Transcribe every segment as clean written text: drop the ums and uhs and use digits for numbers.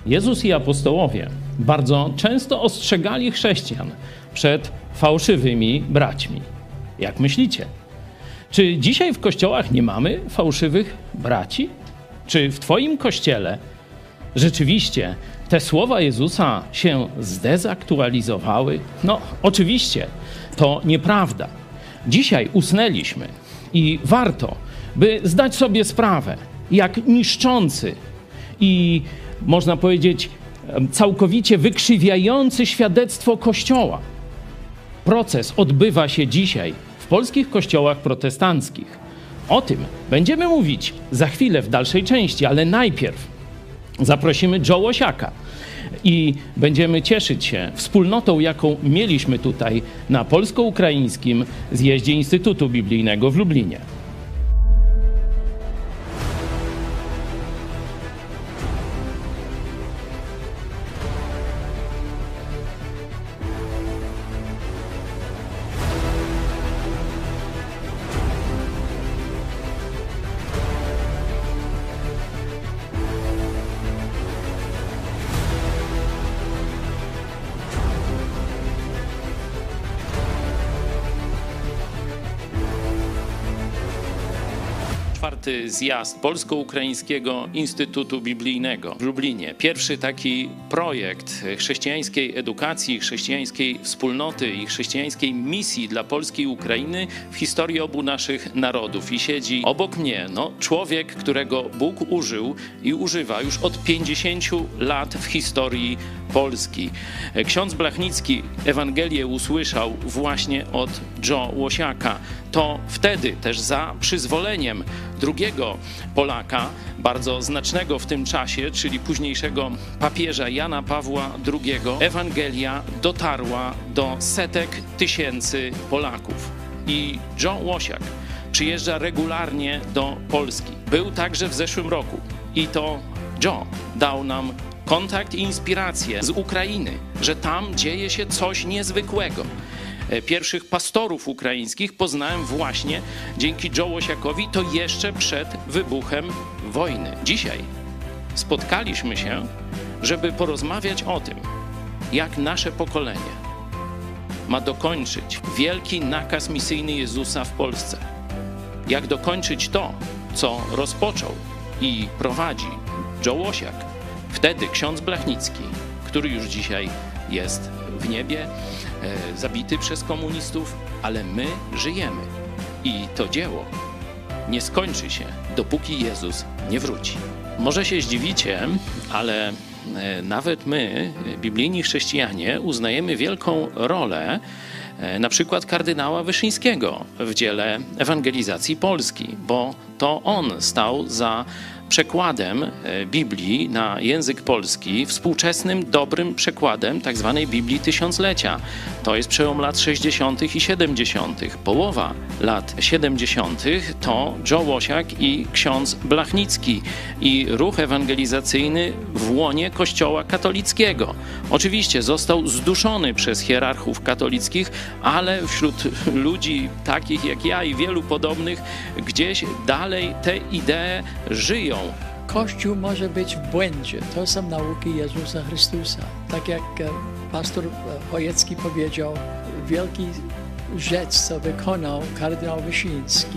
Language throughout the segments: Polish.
Jezus i apostołowie bardzo często ostrzegali chrześcijan przed fałszywymi braćmi. Jak myślicie? Czy dzisiaj w kościołach nie mamy fałszywych braci? Czy w twoim kościele rzeczywiście te słowa Jezusa się zdezaktualizowały? No, oczywiście, to nieprawda. Dzisiaj usnęliśmy i warto, by zdać sobie sprawę, jak niszczący i można powiedzieć całkowicie wykrzywiający świadectwo Kościoła proces odbywa się dzisiaj w polskich kościołach protestanckich. O tym będziemy mówić za chwilę w dalszej części, ale najpierw zaprosimy Joe Łosiaka i będziemy cieszyć się wspólnotą, jaką mieliśmy tutaj na polsko-ukraińskim zjeździe Instytutu Biblijnego w Lublinie. Czwarty zjazd Polsko-Ukraińskiego Instytutu Biblijnego w Lublinie. Pierwszy taki projekt chrześcijańskiej edukacji, chrześcijańskiej wspólnoty i chrześcijańskiej misji dla Polski i Ukrainy w historii obu naszych narodów. I siedzi obok mnie człowiek, którego Bóg użył i używa już od 50 lat w historii Polski. Ksiądz Blachnicki Ewangelię usłyszał właśnie od Joe Łosiaka. To wtedy też za przyzwoleniem drugiego Polaka, bardzo znacznego w tym czasie, czyli późniejszego papieża Jana Pawła II, Ewangelia dotarła do setek tysięcy Polaków. I Joe Łosiak przyjeżdża regularnie do Polski. Był także w zeszłym roku i to Joe dał nam kontakt i inspirację z Ukrainy, że tam dzieje się coś niezwykłego. Pierwszych pastorów ukraińskich poznałem właśnie dzięki Joe Łosiakowi, to jeszcze przed wybuchem wojny. Dzisiaj spotkaliśmy się, żeby porozmawiać o tym, jak nasze pokolenie ma dokończyć wielki nakaz misyjny Jezusa w Polsce. Jak dokończyć to, co rozpoczął i prowadzi Joe Łosiak. Wtedy ksiądz Blachnicki, który już dzisiaj jest w niebie, zabity przez komunistów, ale my żyjemy. I to dzieło nie skończy się, dopóki Jezus nie wróci. Może się zdziwicie, ale nawet my, biblijni chrześcijanie, uznajemy wielką rolę na przykład kardynała Wyszyńskiego w dziele ewangelizacji Polski, bo to on stał za przekładem Biblii na język polski, współczesnym, dobrym przekładem tak zwanej Biblii Tysiąclecia. To jest przełom lat 60. i 70. Połowa lat 70. to Joe Łosiak i ksiądz Blachnicki i ruch ewangelizacyjny w łonie Kościoła katolickiego. Oczywiście został zduszony przez hierarchów katolickich, ale wśród ludzi takich jak ja i wielu podobnych gdzieś dalej te idee żyją. Kościół może być w błędzie. To są nauki Jezusa Chrystusa. Tak jak pastor Chojecki powiedział, wielki rzecz, co wykonał kardynał Wyszyński,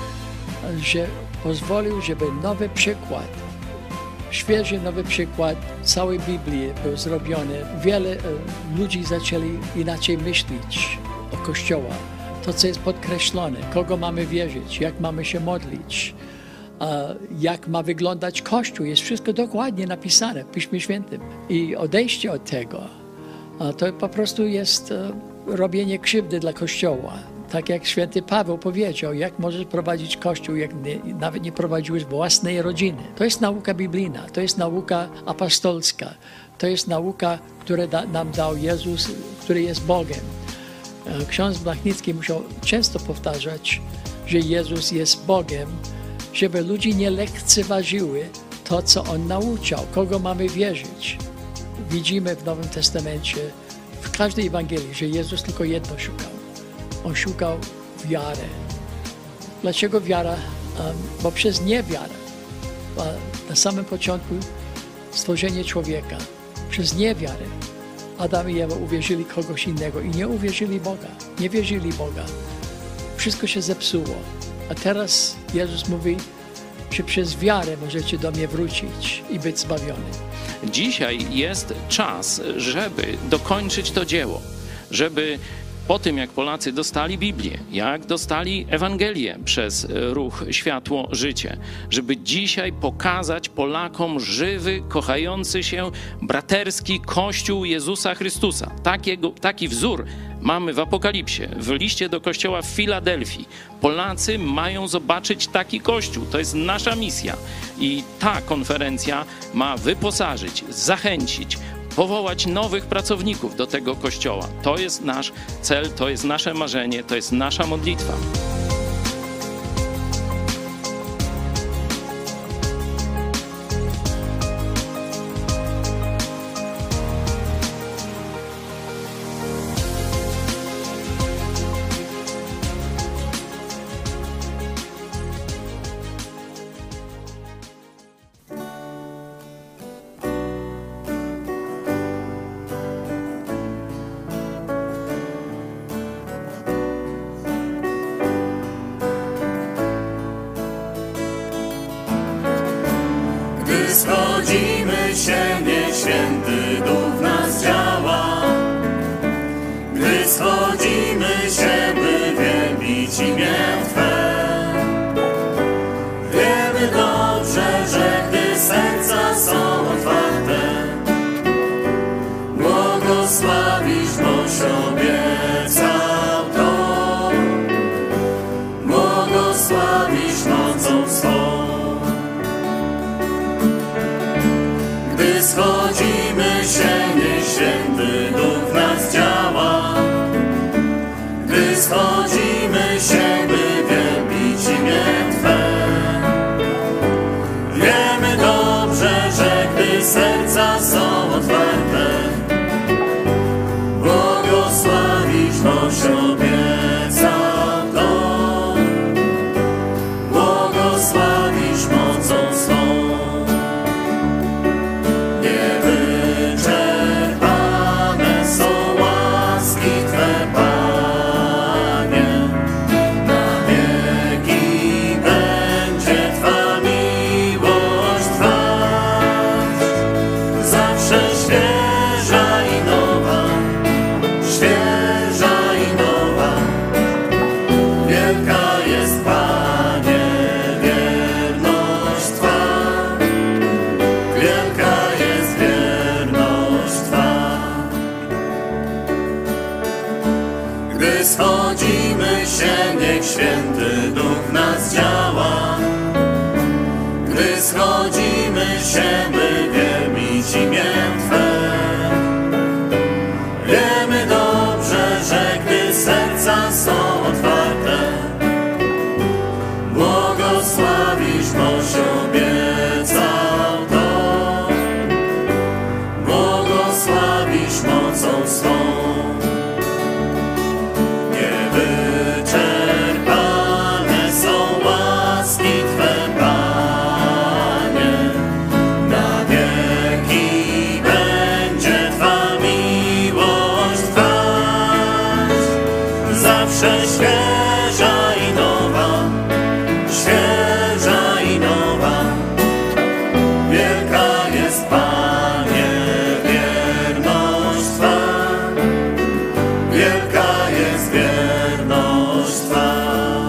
że pozwolił, żeby nowy przykład, świeży nowy przykład całej Biblii był zrobiony. Wiele ludzi zaczęli inaczej myśleć o Kościoła. To, co jest podkreślone, kogo mamy wierzyć, jak mamy się modlić, jak ma wyglądać Kościół. Jest wszystko dokładnie napisane w Piśmie Świętym. I odejście od tego, to po prostu jest robienie krzywdy dla Kościoła. Tak jak święty Paweł powiedział, jak możesz prowadzić Kościół, jak nawet nie prowadziłeś własnej rodziny. To jest nauka biblijna, to jest nauka apostolska, to jest nauka, którą nam dał Jezus, który jest Bogiem. Ksiądz Blachnicki musiał często powtarzać, że Jezus jest Bogiem, żeby ludzie nie lekceważyły to, co On nauczał, kogo mamy wierzyć. Widzimy w Nowym Testamencie, w każdej Ewangelii, że Jezus tylko jedno szukał. On szukał wiary. Dlaczego wiara? Bo przez niewiarę. Na samym początku stworzenie człowieka, przez niewiarę Adam i Ewa uwierzyli kogoś innego i nie uwierzyli Boga, nie wierzyli Boga. Wszystko się zepsuło. A teraz Jezus mówi, że przez wiarę możecie do mnie wrócić i być zbawiony. Dzisiaj jest czas, żeby dokończyć to dzieło, żeby po tym, jak Polacy dostali Biblię, jak dostali Ewangelię przez ruch Światło Życie, żeby dzisiaj pokazać Polakom żywy, kochający się, braterski Kościół Jezusa Chrystusa. Taki wzór mamy w Apokalipsie, w liście do kościoła w Filadelfii. Polacy mają zobaczyć taki Kościół. To jest nasza misja. I ta konferencja ma wyposażyć, zachęcić, powołać nowych pracowników do tego Kościoła. To jest nasz cel, to jest nasze marzenie, to jest nasza modlitwa. Schodzimy się, niech święty duch w nas działa. Gdy schodzimy się, by wielbić imię Twe. Wiemy dobrze, że gdy serca są otwarte, błogosławisz, boś obiecał to. Błogosławisz mocą swą. Gdy schodzimy się, niech święty duch w nas działa. Gdy schodzimy się, by wielbić imię Twe. Wiemy dobrze, że gdy serca są otwarte, błogosławisz, boś obiecał to. Błogosławisz mocą swą. Schodzimy się, niech święty duch w nas działa. Gdy schodzimy się, by wielbić imię Twe. Wiemy dobrze, że gdy serca są otwarte, błogosławisz, boś obiecał to. Błogosławisz mocą swą. Świeża i nowa, świeża i nowa. Wielka jest, Panie, wierność Twa. Wielka jest wierność Twa.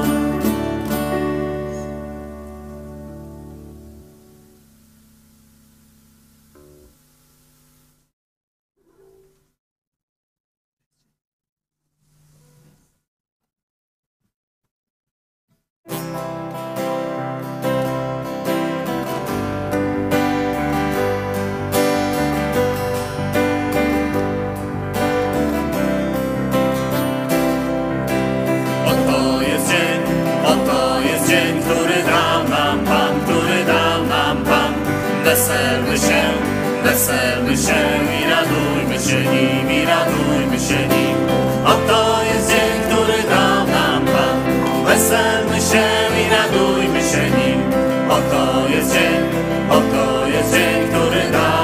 Weselmy się i radujmy się nim, i radujmy się nim. Oto jest dzień, który dał nam Pan. Weselmy się i radujmy się nim. Oto jest dzień, który dał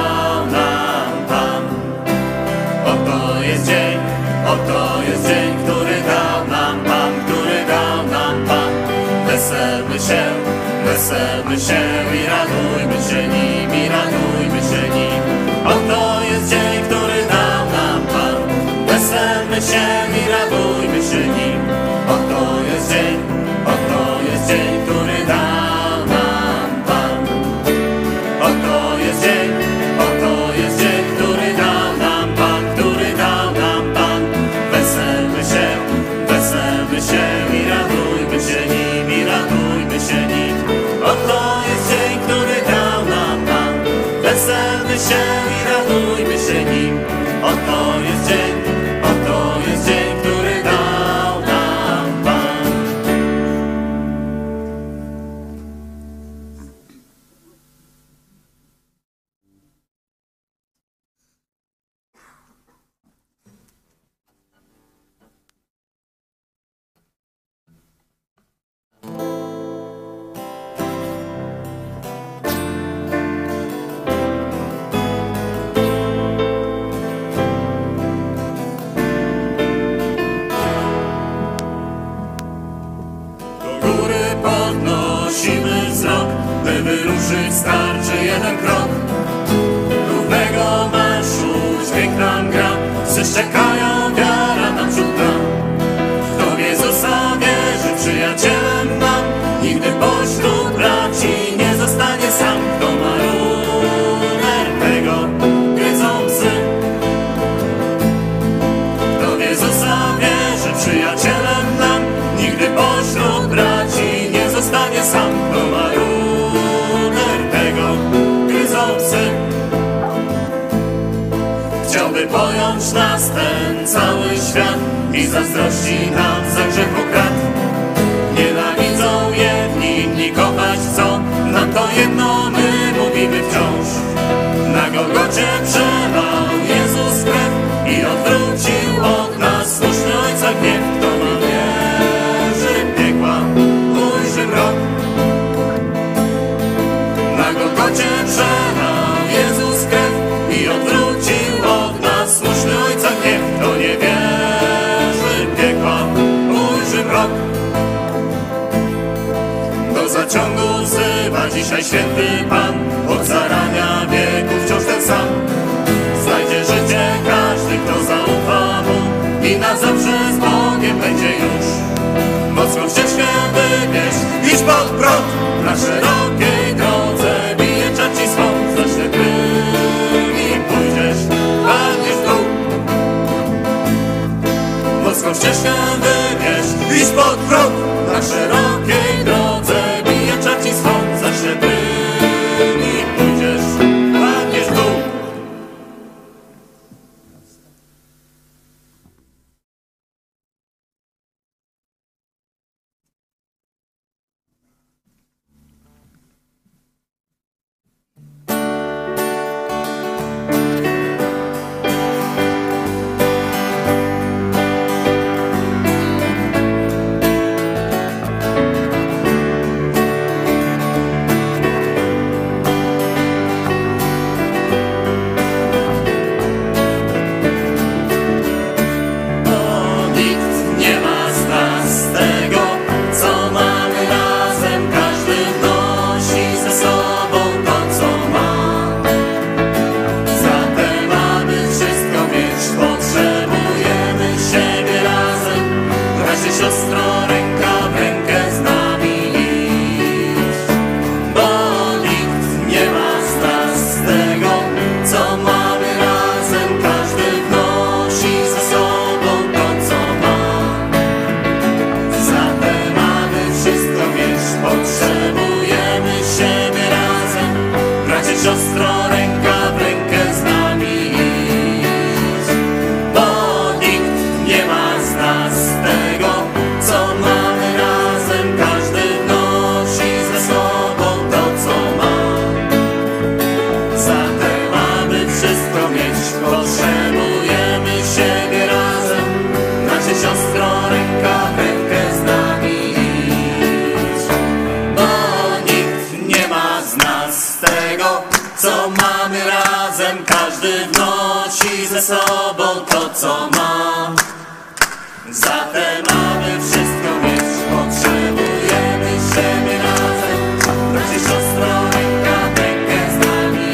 Weselmy się i radujmy się nim. Oto jest dzień, który dał nam Pan. Podnosimy wzrok, by wyruszyć starczy jeden krok. Równego marszu dźwięk nam gra, wszyscy czekają, wiara naprzód nam. Kto w Jezusa wierzy, przyjacielem nam, nigdy pośród braci nie zostanie sam. Kto ma numer tego, gryzą psy. Kto w Jezusa wierzy, przyjacielem nam, nigdy pośród braci nie zostanie sam. Kto ma numer tego, gryzą psy. Chciałby pojąć nas ten cały świat i zazdrości nam za grzech ukradł. Nienawidzą jedni, inni kochać chcą, nam to jedno my mówimy wciąż. Na Golgocie przelał Jezus krew i odwrócił od nas słuszny Ojca gniew. Kto ma wierzy piekła, ujrzy mrok. Na Golgocie przelał Jezus krew i odwrócił od nas słuszny Ojca gniew. Kto nie wierzy piekła, ujrzy mrok. Do zaciągu wzywa dzisiaj święty Pan, od zarania wieków wciąż ten sam. Znajdzie życie każdy, kto zaufa Mu i na zawsze z Bogiem będzie już. Mocną ścieżkę wybierz, idź pod prąd, na szerokiej drodze bije czar ci swąd. Za ślepymi pójdziesz, padniesz w dół. Mocną ścieżkę wybierz, idź pod prąd, na szerokiej drodze bije czar ci swąd. Za ślepymi pójdziesz, padniesz w dół. Siostro, ręka w rękę z nami idź, bo nikt nie ma z nas tego, co mamy razem. Każdy wnosi ze sobą to, co ma. Zatem, aby wszystko mieć, potrzebujemy siebie razem. Bracie, siostro, ręka w rękę z nami idź, bo nikt nie ma z nas tego, co mamy razem. Każdy wnosi ze sobą to, co ma. Zatem, aby wszystko mieć, potrzebujemy siebie razem. Bracie, siostro, ręka w rękę z nami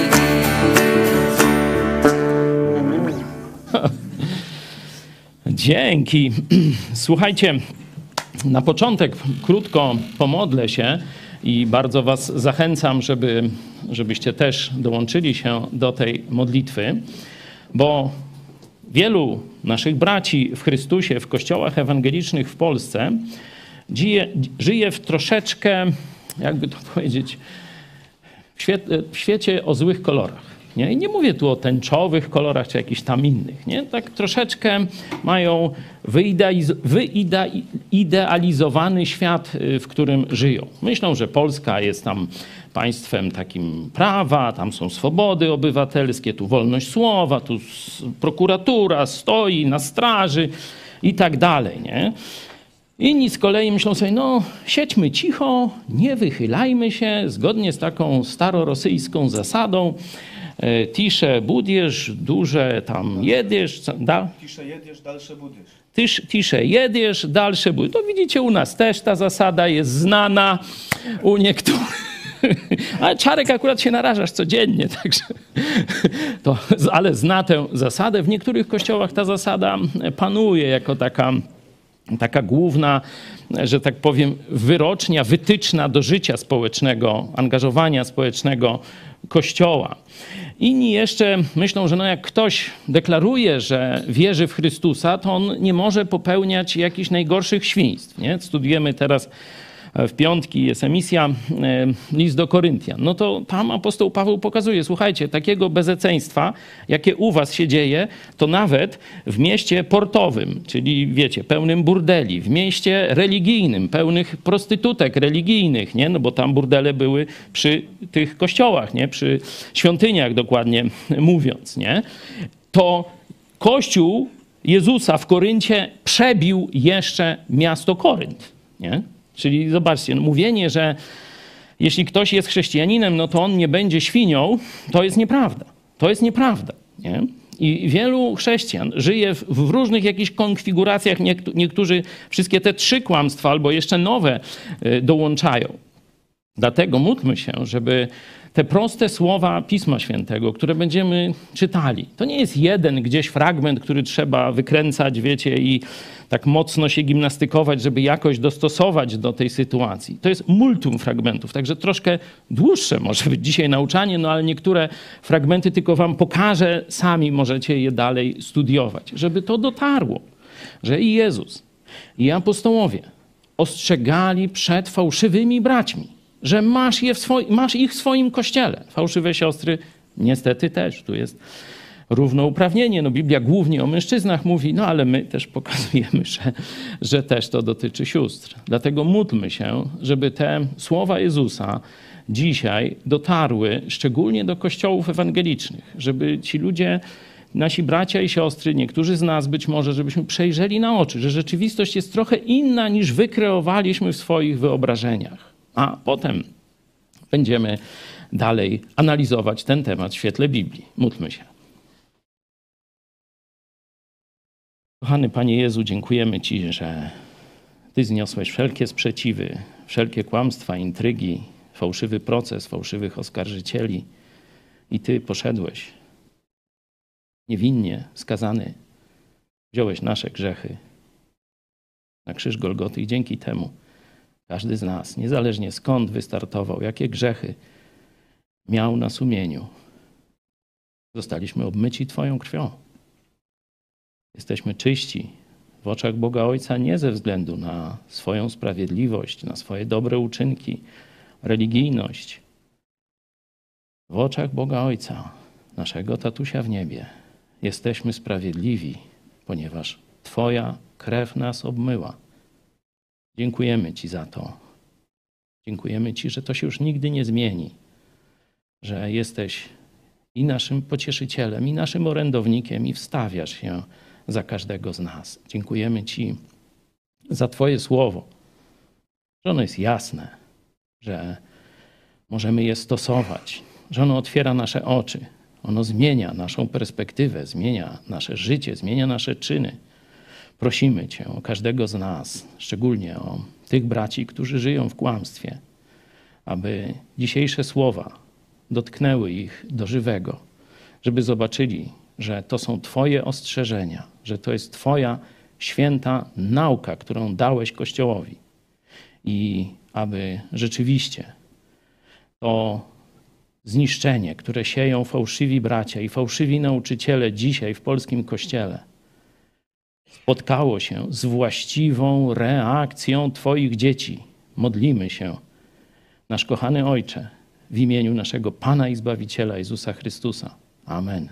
idź. Dzięki. Słuchajcie, na początek krótko pomodlę się i bardzo was zachęcam, żebyście też dołączyli się do tej modlitwy, bo wielu naszych braci w Chrystusie w kościołach ewangelicznych w Polsce żyje w troszeczkę, jakby to powiedzieć, w świecie o złych kolorach. Nie? I nie mówię tu o tęczowych kolorach czy jakichś tam innych. Nie? Tak troszeczkę mają wyidealizowany świat, w którym żyją. Myślą, że Polska jest tam państwem takim prawa, tam są swobody obywatelskie, tu wolność słowa, tu prokuratura stoi na straży i tak dalej. Nie? Inni z kolei myślą sobie, no siedźmy cicho, nie wychylajmy się, zgodnie z taką starorosyjską zasadą, tisze budziesz, duże tam jedziesz. Tisze jedziesz, dalsze budziesz. Tisze jedziesz, dalsze budziesz. To widzicie, u nas też ta zasada jest znana, u niektórych. Ale Czarek, akurat się narażasz codziennie, także ale zna tę zasadę. W niektórych kościołach ta zasada panuje jako taka główna, że tak powiem, wyrocznia, wytyczna do życia społecznego, angażowania społecznego Kościoła. Inni jeszcze myślą, że no jak ktoś deklaruje, że wierzy w Chrystusa, to on nie może popełniać jakichś najgorszych świństw. Nie? Studiujemy teraz w piątki, jest emisja List do Koryntian. No to tam apostoł Paweł pokazuje, słuchajcie, takiego bezeceństwa, jakie u was się dzieje, to nawet w mieście portowym, czyli wiecie, pełnym burdeli, w mieście religijnym, pełnych prostytutek religijnych, nie? No bo tam burdele były przy tych kościołach, nie? Przy świątyniach dokładnie mówiąc, nie? To Kościół Jezusa w Koryncie przebił jeszcze miasto Korynt, nie? Czyli zobaczcie, no mówienie, że jeśli ktoś jest chrześcijaninem, no to on nie będzie świnią, to jest nieprawda. To jest nieprawda. Nie? I wielu chrześcijan żyje w różnych jakichś konfiguracjach. Niektórzy wszystkie te 3 kłamstwa albo jeszcze nowe dołączają. Dlatego módlmy się, żeby te proste słowa Pisma Świętego, które będziemy czytali, to nie jest jeden gdzieś fragment, który trzeba wykręcać, wiecie, i tak mocno się gimnastykować, żeby jakoś dostosować do tej sytuacji. To jest multum fragmentów, także troszkę dłuższe może być dzisiaj nauczanie, no ale niektóre fragmenty tylko wam pokażę, sami możecie je dalej studiować, żeby to dotarło, że i Jezus, i apostołowie ostrzegali przed fałszywymi braćmi, że masz ich w swoim kościele. Fałszywe siostry niestety też. Tu jest równouprawnienie. No Biblia głównie o mężczyznach mówi, no ale my też pokazujemy, że też to dotyczy sióstr. Dlatego módlmy się, żeby te słowa Jezusa dzisiaj dotarły szczególnie do kościołów ewangelicznych, żeby ci ludzie, nasi bracia i siostry, niektórzy z nas być może, żebyśmy przejrzeli na oczy, że rzeczywistość jest trochę inna niż wykreowaliśmy w swoich wyobrażeniach. A potem będziemy dalej analizować ten temat w świetle Biblii. Módlmy się. Kochany Panie Jezu, dziękujemy Ci, że Ty zniosłeś wszelkie sprzeciwy, wszelkie kłamstwa, intrygi, fałszywy proces, fałszywych oskarżycieli i Ty poszedłeś niewinnie skazany. Wziąłeś nasze grzechy na krzyż Golgoty i dzięki temu każdy z nas, niezależnie skąd wystartował, jakie grzechy miał na sumieniu, zostaliśmy obmyci Twoją krwią. Jesteśmy czyści w oczach Boga Ojca nie ze względu na swoją sprawiedliwość, na swoje dobre uczynki, religijność. W oczach Boga Ojca, naszego Tatusia w niebie, jesteśmy sprawiedliwi, ponieważ Twoja krew nas obmyła. Dziękujemy Ci za to. Dziękujemy Ci, że to się już nigdy nie zmieni, że jesteś i naszym pocieszycielem, i naszym orędownikiem, i wstawiasz się za każdego z nas. Dziękujemy Ci za Twoje słowo, że ono jest jasne, że możemy je stosować, że ono otwiera nasze oczy, ono zmienia naszą perspektywę, zmienia nasze życie, zmienia nasze czyny. Prosimy Cię o każdego z nas, szczególnie o tych braci, którzy żyją w kłamstwie, aby dzisiejsze słowa dotknęły ich do żywego, żeby zobaczyli, że to są Twoje ostrzeżenia, że to jest Twoja święta nauka, którą dałeś Kościołowi. I aby rzeczywiście to zniszczenie, które sieją fałszywi bracia i fałszywi nauczyciele dzisiaj w polskim Kościele, spotkało się z właściwą reakcją Twoich dzieci. Modlimy się. Nasz kochany Ojcze, w imieniu naszego Pana i Zbawiciela Jezusa Chrystusa. Amen.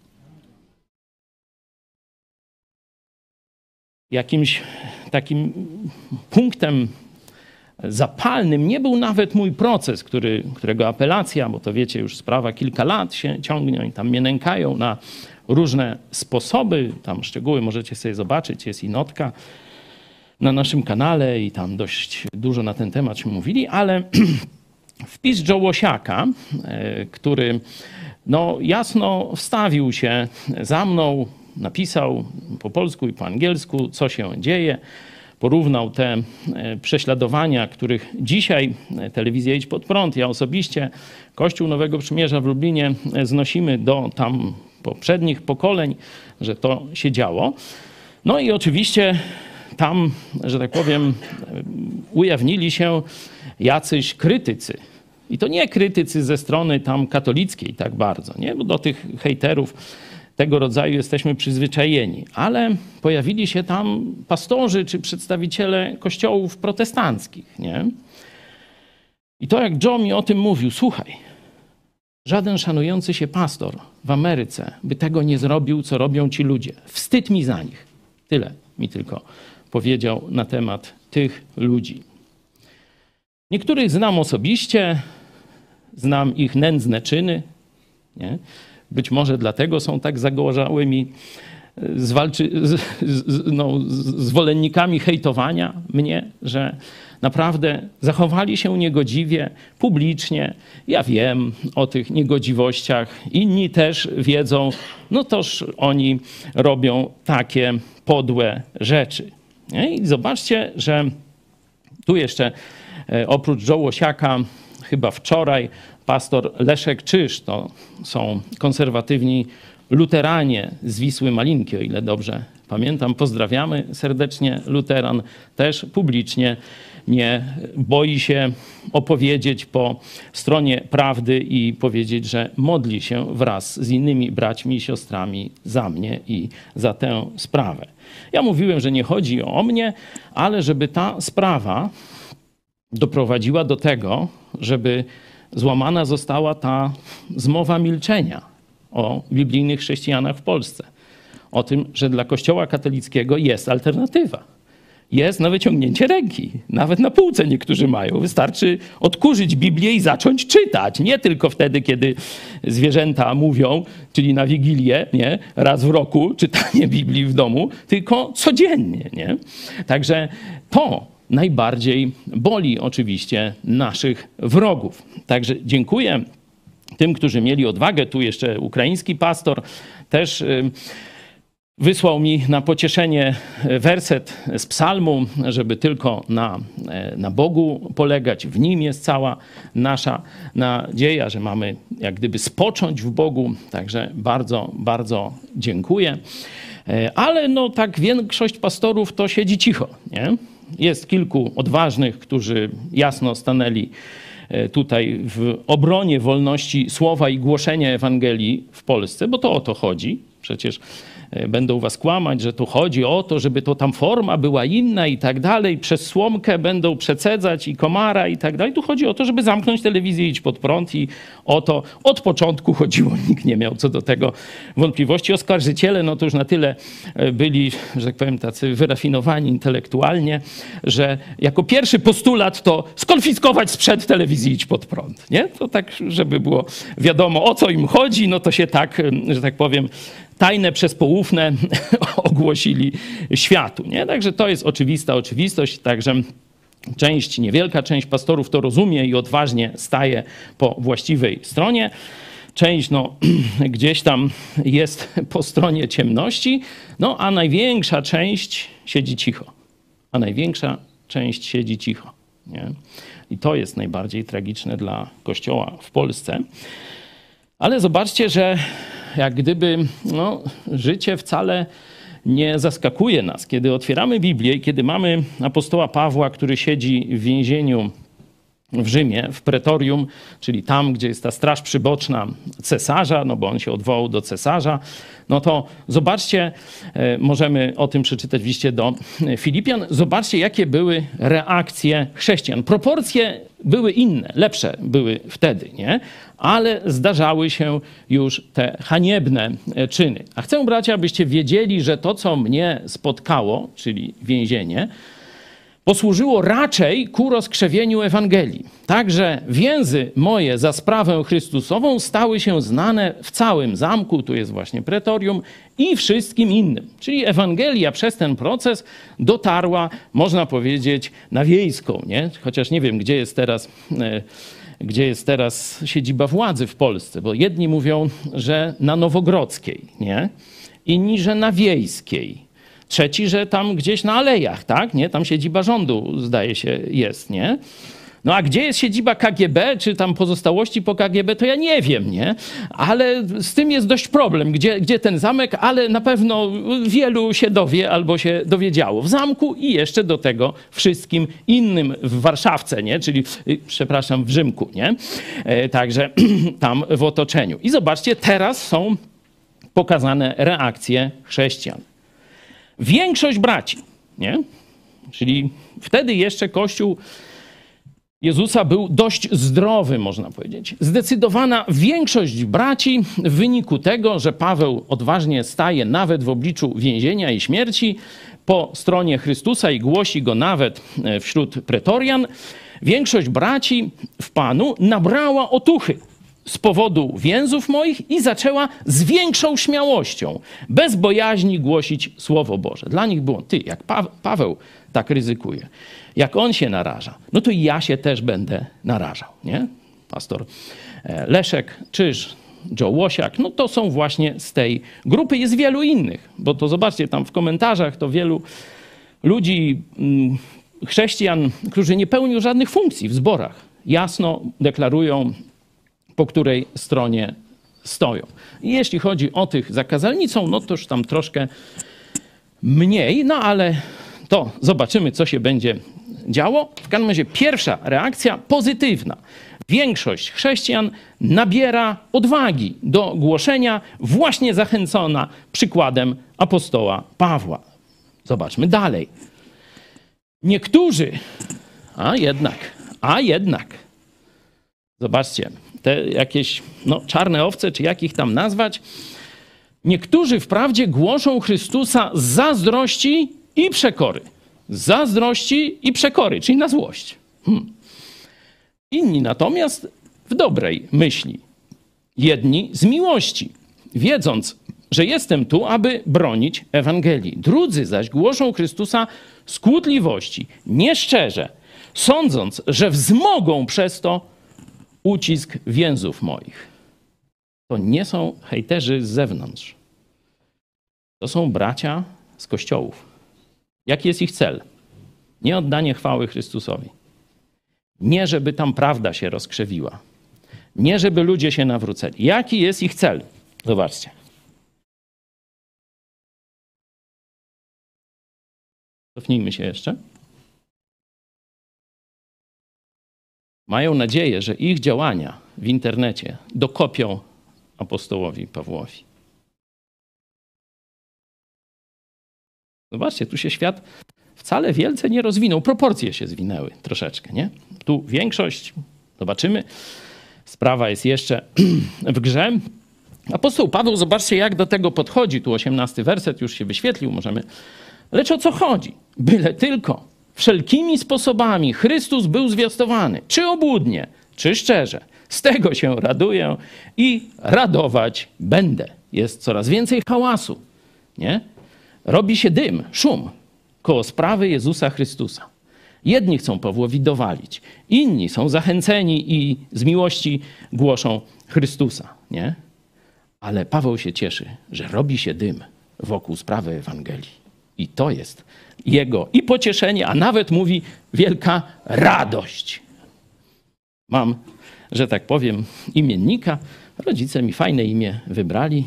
Jakimś takim punktem zapalnym nie był nawet mój proces, którego apelacja, bo to wiecie, już sprawa kilka lat się ciągnie, oni tam mnie nękają na różne sposoby. Tam szczegóły możecie sobie zobaczyć, jest i notka na naszym kanale i tam dość dużo na ten temat mówili, ale wpis Joe Łosiaka, który no, jasno wstawił się za mną, napisał po polsku i po angielsku, co się dzieje, porównał te prześladowania, których dzisiaj telewizja Idź Pod Prąd, ja osobiście, Kościół Nowego Przymierza w Lublinie znosimy do tam poprzednich pokoleń, że to się działo. No i oczywiście tam, że tak powiem, ujawnili się jacyś krytycy. I to nie krytycy ze strony tam katolickiej tak bardzo, nie? Bo do tych hejterów tego rodzaju jesteśmy przyzwyczajeni. Ale pojawili się tam pastorzy czy przedstawiciele kościołów protestanckich, nie? I to jak Joe mi o tym mówił, słuchaj, żaden szanujący się pastor w Ameryce by tego nie zrobił, co robią ci ludzie. Wstyd mi za nich. Tyle mi tylko powiedział na temat tych ludzi. Niektórych znam osobiście, znam ich nędzne czyny. Nie? Być może dlatego są tak zagorzałymi zwolennikami hejtowania mnie, że naprawdę zachowali się niegodziwie, publicznie. Ja wiem o tych niegodziwościach, inni też wiedzą, no toż oni robią takie podłe rzeczy. Nie? I zobaczcie, że tu jeszcze oprócz Joe Łosiaka, chyba wczoraj, pastor Leszek Czyż, to są konserwatywni luteranie z Wisły Malinki, o ile dobrze pamiętam. Pozdrawiamy serdecznie luteran. Też publicznie nie boi się opowiedzieć po stronie prawdy i powiedzieć, że modli się wraz z innymi braćmi i siostrami za mnie i za tę sprawę. Ja mówiłem, że nie chodzi o mnie, ale żeby ta sprawa doprowadziła do tego, żeby złamana została ta zmowa milczenia o biblijnych chrześcijanach w Polsce. O tym, że dla Kościoła katolickiego jest alternatywa. Jest na wyciągnięcie ręki. Nawet na półce niektórzy mają. Wystarczy odkurzyć Biblię i zacząć czytać. Nie tylko wtedy, kiedy zwierzęta mówią, czyli na Wigilię, nie? Raz w roku czytanie Biblii w domu, tylko codziennie. Nie? Także to najbardziej boli oczywiście naszych wrogów. Także dziękuję tym, którzy mieli odwagę. Tu jeszcze ukraiński pastor też wysłał mi na pocieszenie werset z psalmu, żeby tylko na Bogu polegać. W Nim jest cała nasza nadzieja, że mamy jak gdyby spocząć w Bogu. Także bardzo, bardzo dziękuję. Ale no tak większość pastorów to siedzi cicho, nie? Jest kilku odważnych, którzy jasno stanęli tutaj w obronie wolności słowa i głoszenia Ewangelii w Polsce, bo to o to chodzi. Przecież będą was kłamać, że tu chodzi o to, żeby to tam forma była inna i tak dalej. Przez słomkę będą przecedzać i komara i tak dalej. Tu chodzi o to, żeby zamknąć telewizję Idź Pod Prąd i o to od początku chodziło. Nikt nie miał co do tego wątpliwości. Oskarżyciele no to już na tyle byli, że tak powiem, tacy wyrafinowani intelektualnie, że jako pierwszy postulat to skonfiskować sprzęt telewizji Idź Pod Prąd. Nie? To tak, żeby było wiadomo, o co im chodzi, no to się tak, że tak powiem, tajne przez poufne ogłosili światu. Nie? Także to jest oczywista oczywistość. Także niewielka część pastorów to rozumie i odważnie staje po właściwej stronie. Część no, gdzieś tam jest po stronie ciemności, no a największa część siedzi cicho. Nie? I to jest najbardziej tragiczne dla Kościoła w Polsce. Ale zobaczcie, że jak gdyby no, życie wcale nie zaskakuje nas. Kiedy otwieramy Biblię i kiedy mamy apostoła Pawła, który siedzi w więzieniu w Rzymie, w pretorium, czyli tam, gdzie jest ta straż przyboczna cesarza, no bo on się odwołał do cesarza, no to zobaczcie, możemy o tym przeczytać w liście do Filipian, zobaczcie, jakie były reakcje chrześcijan. Proporcje były inne, lepsze były wtedy, nie? Ale zdarzały się już te haniebne czyny. A chcę, bracia, abyście wiedzieli, że to, co mnie spotkało, czyli więzienie, posłużyło raczej ku rozkrzewieniu Ewangelii. Także więzy moje za sprawę Chrystusową stały się znane w całym zamku, tu jest właśnie pretorium, i wszystkim innym. Czyli Ewangelia przez ten proces dotarła, można powiedzieć, na wiejską, nie? Chociaż nie wiem, gdzie jest teraz siedziba władzy w Polsce, bo jedni mówią, że na Nowogrodzkiej, nie? Inni, że na Wiejskiej. Trzeci, że tam gdzieś na Alejach, tak? Nie? Tam siedziba rządu, zdaje się, jest, nie? No a gdzie jest siedziba KGB, czy tam pozostałości po KGB, to ja nie wiem, nie? Ale z tym jest dość problem, gdzie ten zamek, ale na pewno wielu się dowie albo się dowiedziało w zamku i jeszcze do tego wszystkim innym w Warszawce, nie? Czyli, przepraszam, w Rzymku, nie? Także tam w otoczeniu. I zobaczcie, teraz są pokazane reakcje chrześcijan. Większość braci, nie? Czyli wtedy jeszcze Kościół Jezusa był dość zdrowy, można powiedzieć. Zdecydowana większość braci w wyniku tego, że Paweł odważnie staje nawet w obliczu więzienia i śmierci po stronie Chrystusa i głosi go nawet wśród pretorian, większość braci w Panu nabrała otuchy z powodu więzów moich i zaczęła z większą śmiałością, bez bojaźni głosić Słowo Boże. Dla nich było, jak Paweł tak ryzykuje, jak on się naraża, no to i ja się też będę narażał, nie? Pastor Leszek, Czyż, Joe Łosiak, no to są właśnie z tej grupy. Jest wielu innych, bo to zobaczcie, tam w komentarzach to wielu ludzi, chrześcijan, którzy nie pełnią żadnych funkcji w zborach, jasno deklarują, po której stronie stoją. I jeśli chodzi o tych za kazalnicą, no to już tam troszkę mniej, no ale to zobaczymy, co się będzie działo. W każdym razie pierwsza reakcja pozytywna. Większość chrześcijan nabiera odwagi do głoszenia, właśnie zachęcona przykładem apostoła Pawła. Zobaczmy dalej. Niektórzy, a jednak, zobaczcie, te jakieś czarne owce, czy jak ich tam nazwać, niektórzy wprawdzie głoszą Chrystusa z zazdrości i przekory. Z zazdrości i przekory, czyli na złość. Inni natomiast w dobrej myśli. Jedni z miłości, wiedząc, że jestem tu, aby bronić Ewangelii. Drudzy zaś głoszą Chrystusa z kłótliwości, nieszczerze, sądząc, że wzmogą przez to ucisk więzów moich. To nie są hejterzy z zewnątrz. To są bracia z kościołów. Jaki jest ich cel? Nie oddanie chwały Chrystusowi. Nie, żeby tam prawda się rozkrzewiła. Nie, żeby ludzie się nawróceli. Jaki jest ich cel? Zobaczcie. Cofnijmy się jeszcze. Mają nadzieję, że ich działania w internecie dokopią apostołowi Pawłowi. Zobaczcie, tu się świat wcale wielce nie rozwinął. Proporcje się zwinęły troszeczkę, nie? Tu większość, zobaczymy, sprawa jest jeszcze w grze. Apostoł Paweł, zobaczcie, jak do tego podchodzi. Tu 18 werset już się wyświetlił, możemy. Lecz o co chodzi? Byle tylko wszelkimi sposobami Chrystus był zwiastowany, czy obłudnie, czy szczerze. Z tego się raduję i radować będę. Jest coraz więcej hałasu, nie? Robi się dym, szum koło sprawy Jezusa Chrystusa. Jedni chcą Pawłowi dowalić, inni są zachęceni i z miłości głoszą Chrystusa, nie? Ale Paweł się cieszy, że robi się dym wokół sprawy Ewangelii. I to jest jego i pocieszenie, a nawet mówi wielka radość. Mam, że tak powiem, imiennika. Rodzice mi fajne imię wybrali.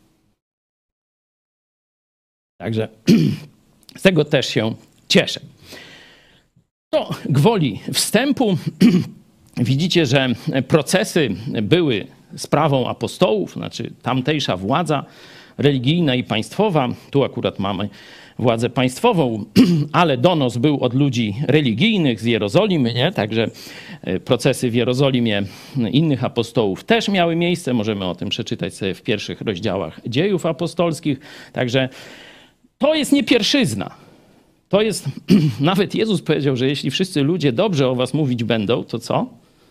Także z tego też się cieszę. To gwoli wstępu widzicie, że procesy były sprawą apostołów, znaczy tamtejsza władza religijna i państwowa. Tu akurat mamy władzę państwową, ale donos był od ludzi religijnych z Jerozolimy, nie? Także procesy w Jerozolimie innych apostołów też miały miejsce. Możemy o tym przeczytać sobie w pierwszych rozdziałach Dziejów Apostolskich. Także to jest nie pierwszyzna. To jest, nawet Jezus powiedział, że jeśli wszyscy ludzie dobrze o was mówić będą, to co?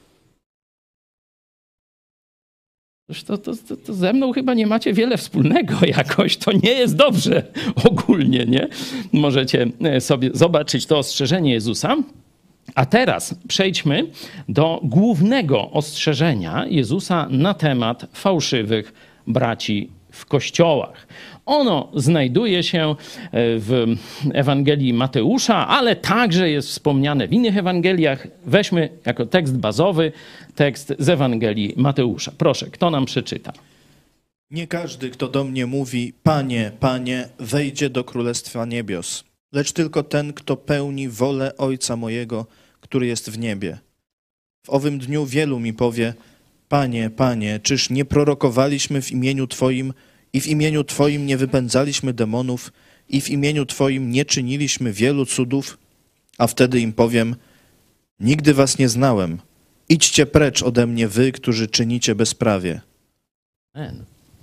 To ze mną chyba nie macie wiele wspólnego jakoś. To nie jest dobrze ogólnie, nie? Możecie sobie zobaczyć to ostrzeżenie Jezusa. A teraz przejdźmy do głównego ostrzeżenia Jezusa na temat fałszywych braci w kościołach. Ono znajduje się w Ewangelii Mateusza, ale także jest wspomniane w innych Ewangeliach. Weźmy jako tekst bazowy tekst z Ewangelii Mateusza. Proszę, kto nam przeczyta? Nie każdy, kto do mnie mówi, Panie, Panie, wejdzie do Królestwa Niebios, lecz tylko ten, kto pełni wolę Ojca mojego, który jest w niebie. W owym dniu wielu mi powie, Panie, Panie, czyż nie prorokowaliśmy w imieniu Twoim i w imieniu Twoim nie wypędzaliśmy demonów i w imieniu Twoim nie czyniliśmy wielu cudów? A wtedy im powiem, nigdy was nie znałem. Idźcie precz ode mnie wy, którzy czynicie bezprawie. Amen.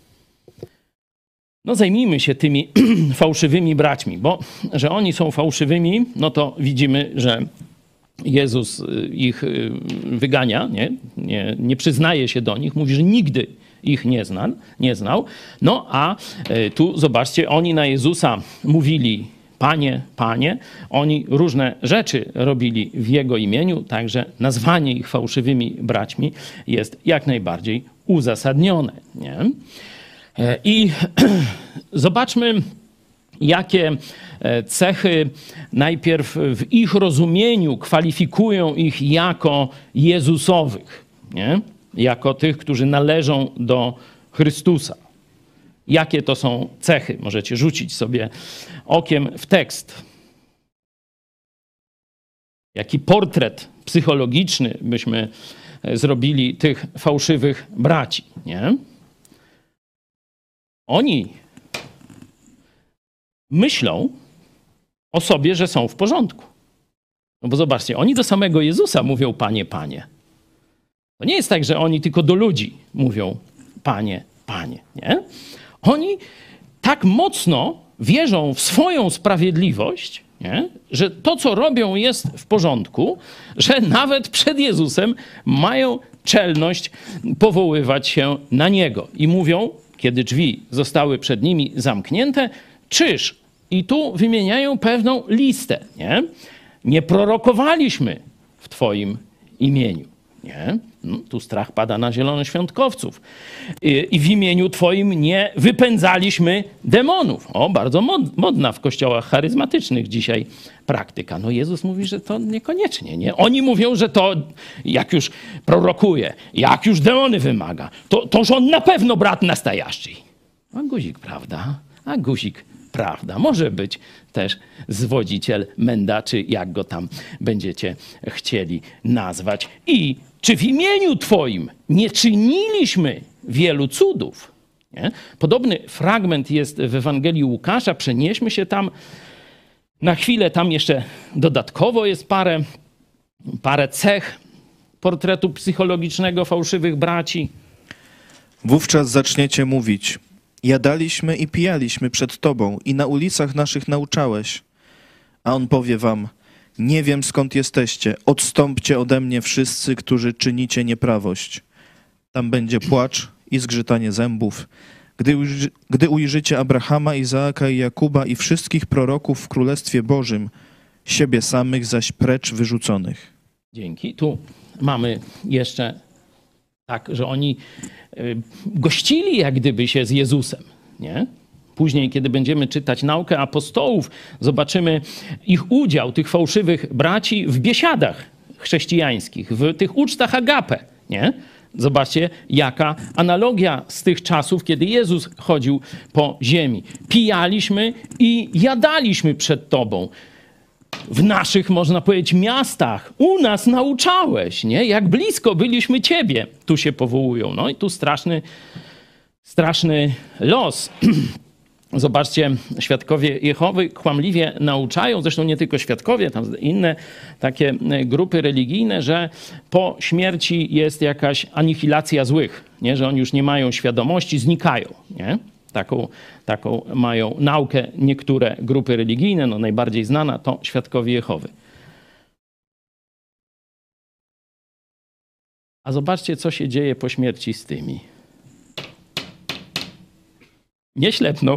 No zajmijmy się tymi fałszywymi braćmi, bo że oni są fałszywymi, no to widzimy, że Jezus ich wygania, nie przyznaje się do nich, mówi, że nigdy ich nie znał. No a tu zobaczcie, oni na Jezusa mówili Panie, Panie. Oni różne rzeczy robili w Jego imieniu, także nazwanie ich fałszywymi braćmi jest jak najbardziej uzasadnione. Nie? I zobaczmy, jakie cechy najpierw w ich rozumieniu kwalifikują ich jako Jezusowych, nie? Jako tych, którzy należą do Chrystusa. Jakie to są cechy? Możecie rzucić sobie okiem w tekst. Jaki portret psychologiczny byśmy zrobili tych fałszywych braci, nie? Oni myślą o sobie, że są w porządku. No bo zobaczcie, oni do samego Jezusa mówią Panie, Panie. To nie jest tak, że oni tylko do ludzi mówią Panie, Panie, nie? Oni tak mocno wierzą w swoją sprawiedliwość, nie? Że to, co robią, jest w porządku, że nawet przed Jezusem mają czelność powoływać się na Niego. I mówią, kiedy drzwi zostały przed nimi zamknięte, czyż, i tu wymieniają pewną listę, nie prorokowaliśmy w Twoim imieniu. Nie? No, tu strach pada na zielonoświątkowców. I w imieniu Twoim nie wypędzaliśmy demonów. O, bardzo modna w kościołach charyzmatycznych dzisiaj praktyka. No Jezus mówi, że to niekoniecznie. Nie? Oni mówią, że to jak już prorokuje, jak już demony wymaga, toż on na pewno brat nastajaszy. A guzik, prawda? A guzik, prawda. Może być też zwodziciel mędaczy, jak go tam będziecie chcieli nazwać. I czy w imieniu Twoim nie czyniliśmy wielu cudów? Nie? Podobny fragment jest w Ewangelii Łukasza. Przenieśmy się tam na chwilę. Tam jeszcze dodatkowo jest parę cech portretu psychologicznego fałszywych braci. Wówczas zaczniecie mówić, jadaliśmy i pijaliśmy przed Tobą i na ulicach naszych nauczałeś. A on powie wam, nie wiem skąd jesteście, odstąpcie ode mnie wszyscy, którzy czynicie nieprawość. Tam będzie płacz i zgrzytanie zębów, gdy ujrzycie Abrahama, Izaaka i Jakuba i wszystkich proroków w Królestwie Bożym, siebie samych zaś precz wyrzuconych. Dzięki. Tu mamy jeszcze tak, że oni gościli jak gdyby się z Jezusem, nie? Później, kiedy będziemy czytać naukę apostołów, zobaczymy ich udział, tych fałszywych braci w biesiadach chrześcijańskich, w tych ucztach agape, nie? Zobaczcie, jaka analogia z tych czasów, kiedy Jezus chodził po ziemi. Pijaliśmy i jadaliśmy przed Tobą. w naszych, można powiedzieć, miastach. U nas nauczałeś, nie? Jak blisko byliśmy Ciebie. Tu się powołują. No i tu straszny los. Zobaczcie, świadkowie Jehowy kłamliwie nauczają, zresztą nie tylko świadkowie, tam inne takie grupy religijne, że po śmierci jest jakaś anihilacja złych, nie? Że oni już nie mają świadomości, znikają. Nie? Taką mają naukę niektóre grupy religijne, no najbardziej znana to świadkowie Jehowy. A zobaczcie, co się dzieje po śmierci z tymi. Nie ślepną,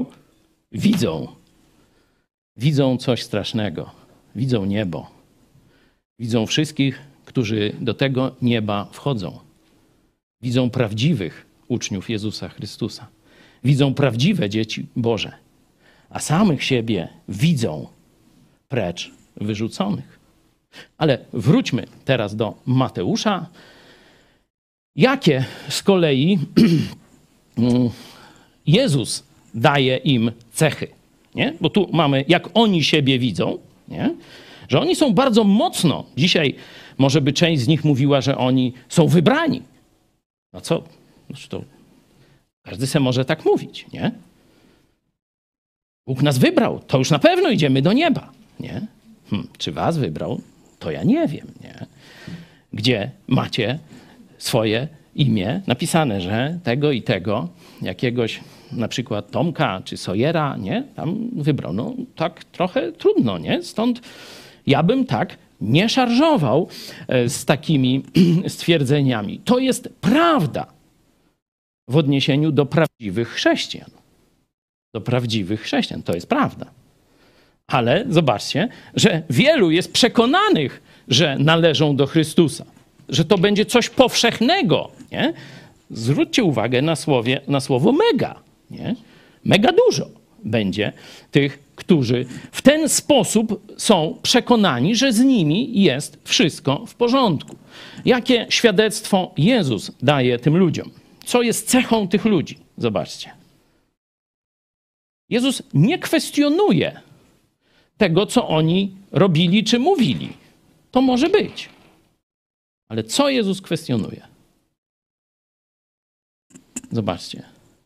widzą coś strasznego, widzą niebo, widzą wszystkich, którzy do tego nieba wchodzą. Widzą prawdziwych uczniów Jezusa Chrystusa. Widzą prawdziwe dzieci Boże, a samych siebie widzą precz wyrzuconych. Ale wróćmy teraz do Mateusza. Jakie z kolei Jezus daje im cechy, nie? Bo tu mamy, jak oni siebie widzą, nie? Że oni są bardzo mocno, dzisiaj może by część z nich mówiła, że oni są wybrani. No co? To każdy se może tak mówić, nie? Bóg nas wybrał, to już na pewno idziemy do nieba, nie? Czy was wybrał? To ja nie wiem, nie? Gdzie macie swoje imię napisane, że tego i tego, jakiegoś na przykład Tomka czy Sojera, nie? Tam wybrał. No tak trochę trudno, nie? Stąd ja bym tak nie szarżował z takimi stwierdzeniami. To jest prawda w odniesieniu do prawdziwych chrześcijan. Do prawdziwych chrześcijan. To jest prawda. Ale zobaczcie, że wielu jest przekonanych, że należą do Chrystusa. Że to będzie coś powszechnego, nie? Zwróćcie uwagę na słowo mega, nie? Mega dużo będzie tych, którzy w ten sposób są przekonani, że z nimi jest wszystko w porządku. Jakie świadectwo Jezus daje tym ludziom? Co jest cechą tych ludzi? Zobaczcie. Jezus nie kwestionuje tego, co oni robili czy mówili. To może być. Ale co Jezus kwestionuje? Zobaczcie.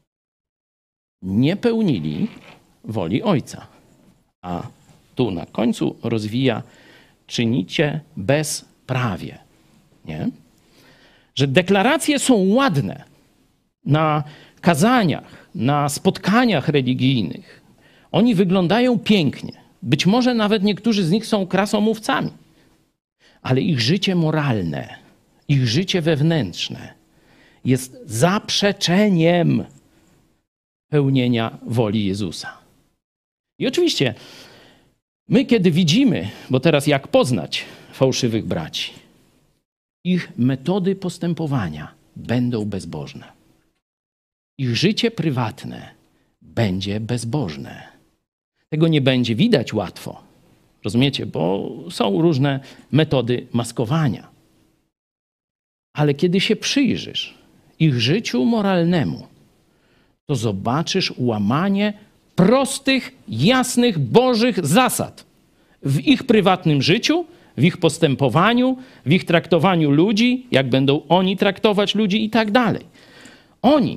Nie pełnili woli Ojca. A tu na końcu rozwija: czynicie bezprawie. Nie? Że deklaracje są ładne na kazaniach, na spotkaniach religijnych. Oni wyglądają pięknie. Być może nawet niektórzy z nich są krasomówcami. Ale ich życie moralne, ich życie wewnętrzne jest zaprzeczeniem pełnienia woli Jezusa. I oczywiście my, kiedy widzimy, bo teraz jak poznać fałszywych braci, ich metody postępowania będą bezbożne. Ich życie prywatne będzie bezbożne. Tego nie będzie widać łatwo. Rozumiecie? Bo są różne metody maskowania. Ale kiedy się przyjrzysz ich życiu moralnemu, to zobaczysz łamanie prostych, jasnych, bożych zasad w ich prywatnym życiu, w ich postępowaniu, w ich traktowaniu ludzi, jak będą oni traktować ludzi i tak dalej. Oni,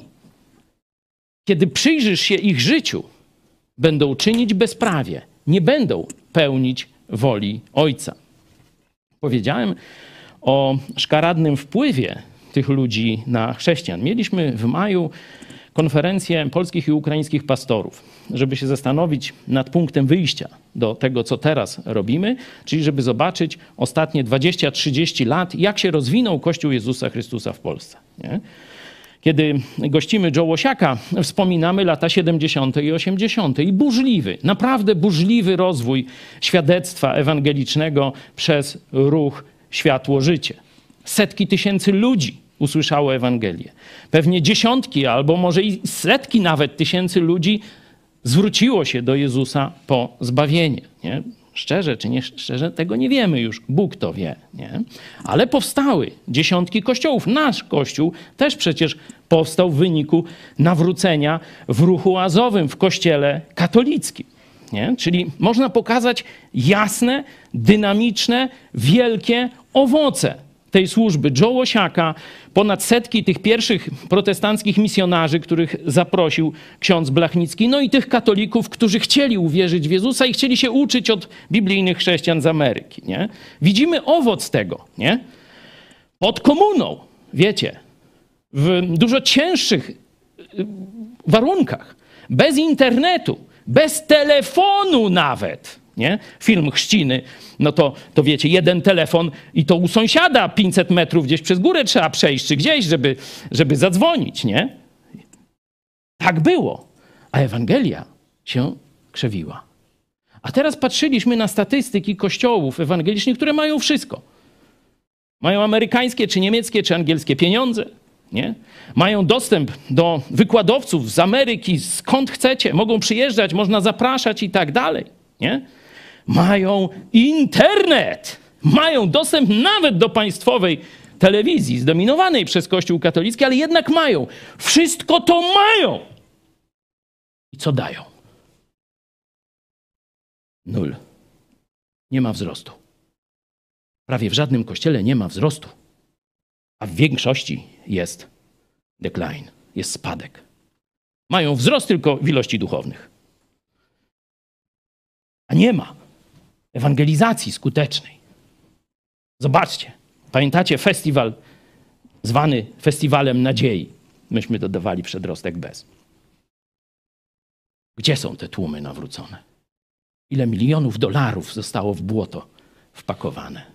kiedy przyjrzysz się ich życiu, będą czynić bezprawie, nie będą pełnić woli Ojca. Powiedziałem o szkaradnym wpływie tych ludzi na chrześcijan. Mieliśmy w maju konferencję polskich i ukraińskich pastorów, żeby się zastanowić nad punktem wyjścia do tego, co teraz robimy, czyli żeby zobaczyć ostatnie 20-30 lat, jak się rozwinął Kościół Jezusa Chrystusa w Polsce. Nie? Kiedy gościmy Joe Łosiaka, wspominamy lata 70. i 80. i burzliwy, naprawdę burzliwy rozwój świadectwa ewangelicznego przez ruch Światło Życie. Setki tysięcy ludzi usłyszało Ewangelię. Pewnie dziesiątki albo może i setki nawet tysięcy ludzi zwróciło się do Jezusa po zbawienie. Nie? Szczerze czy nie szczerze, tego nie wiemy już. Bóg to wie. Nie? Ale powstały dziesiątki kościołów. Nasz kościół też przecież powstał w wyniku nawrócenia w ruchu oazowym, w kościele katolickim. nie? Czyli można pokazać jasne, dynamiczne, wielkie owoce tej służby. Joe Łosiaka, ponad setki tych pierwszych protestanckich misjonarzy, których zaprosił ksiądz Blachnicki, no i tych katolików, którzy chcieli uwierzyć w Jezusa i chcieli się uczyć od biblijnych chrześcijan z Ameryki. Nie? Widzimy owoc tego. Nie? Pod komuną, wiecie, w dużo cięższych warunkach, bez internetu, bez telefonu nawet, nie? Film Chrzciny, no to wiecie, jeden telefon i to u sąsiada 500 metrów gdzieś przez górę trzeba przejść, czy gdzieś, żeby zadzwonić, nie? Tak było, a Ewangelia się krzewiła. A teraz patrzyliśmy na statystyki kościołów ewangelicznych, które mają wszystko. Mają amerykańskie, czy niemieckie, czy angielskie pieniądze, nie? Mają dostęp do wykładowców z Ameryki, skąd chcecie, mogą przyjeżdżać, można zapraszać i tak dalej, nie? Mają internet, mają dostęp nawet do państwowej telewizji zdominowanej przez Kościół katolicki, ale jednak mają. Wszystko to mają. I co dają? Nul. Nie ma wzrostu. Prawie w żadnym kościele nie ma wzrostu, a w większości jest decline, jest spadek. Mają wzrost tylko w ilości duchownych. A nie ma ewangelizacji skutecznej. Zobaczcie, pamiętacie festiwal zwany Festiwalem Nadziei? Myśmy dodawali przedrostek bez. Gdzie są te tłumy nawrócone? Ile milionów dolarów zostało w błoto wpakowane?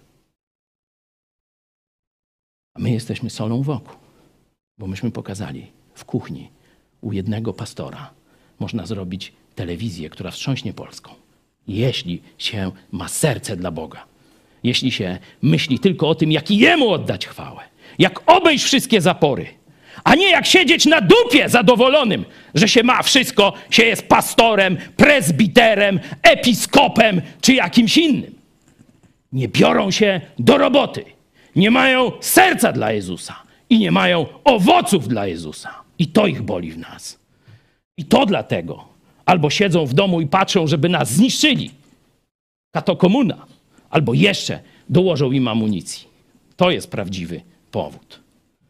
A my jesteśmy solą wokół, bo myśmy pokazali w kuchni u jednego pastora można zrobić telewizję, która wstrząśnie Polską. Jeśli się ma serce dla Boga. Jeśli się myśli tylko o tym, jak Jemu oddać chwałę. Jak obejść wszystkie zapory. A nie jak siedzieć na dupie zadowolonym, że się ma wszystko, się jest pastorem, prezbiterem, episkopem czy jakimś innym. Nie biorą się do roboty. Nie mają serca dla Jezusa. I nie mają owoców dla Jezusa. I to ich boli w nas. I to dlatego albo siedzą w domu i patrzą, żeby nas zniszczyli. Katokomuna. Albo jeszcze dołożą im amunicji. To jest prawdziwy powód.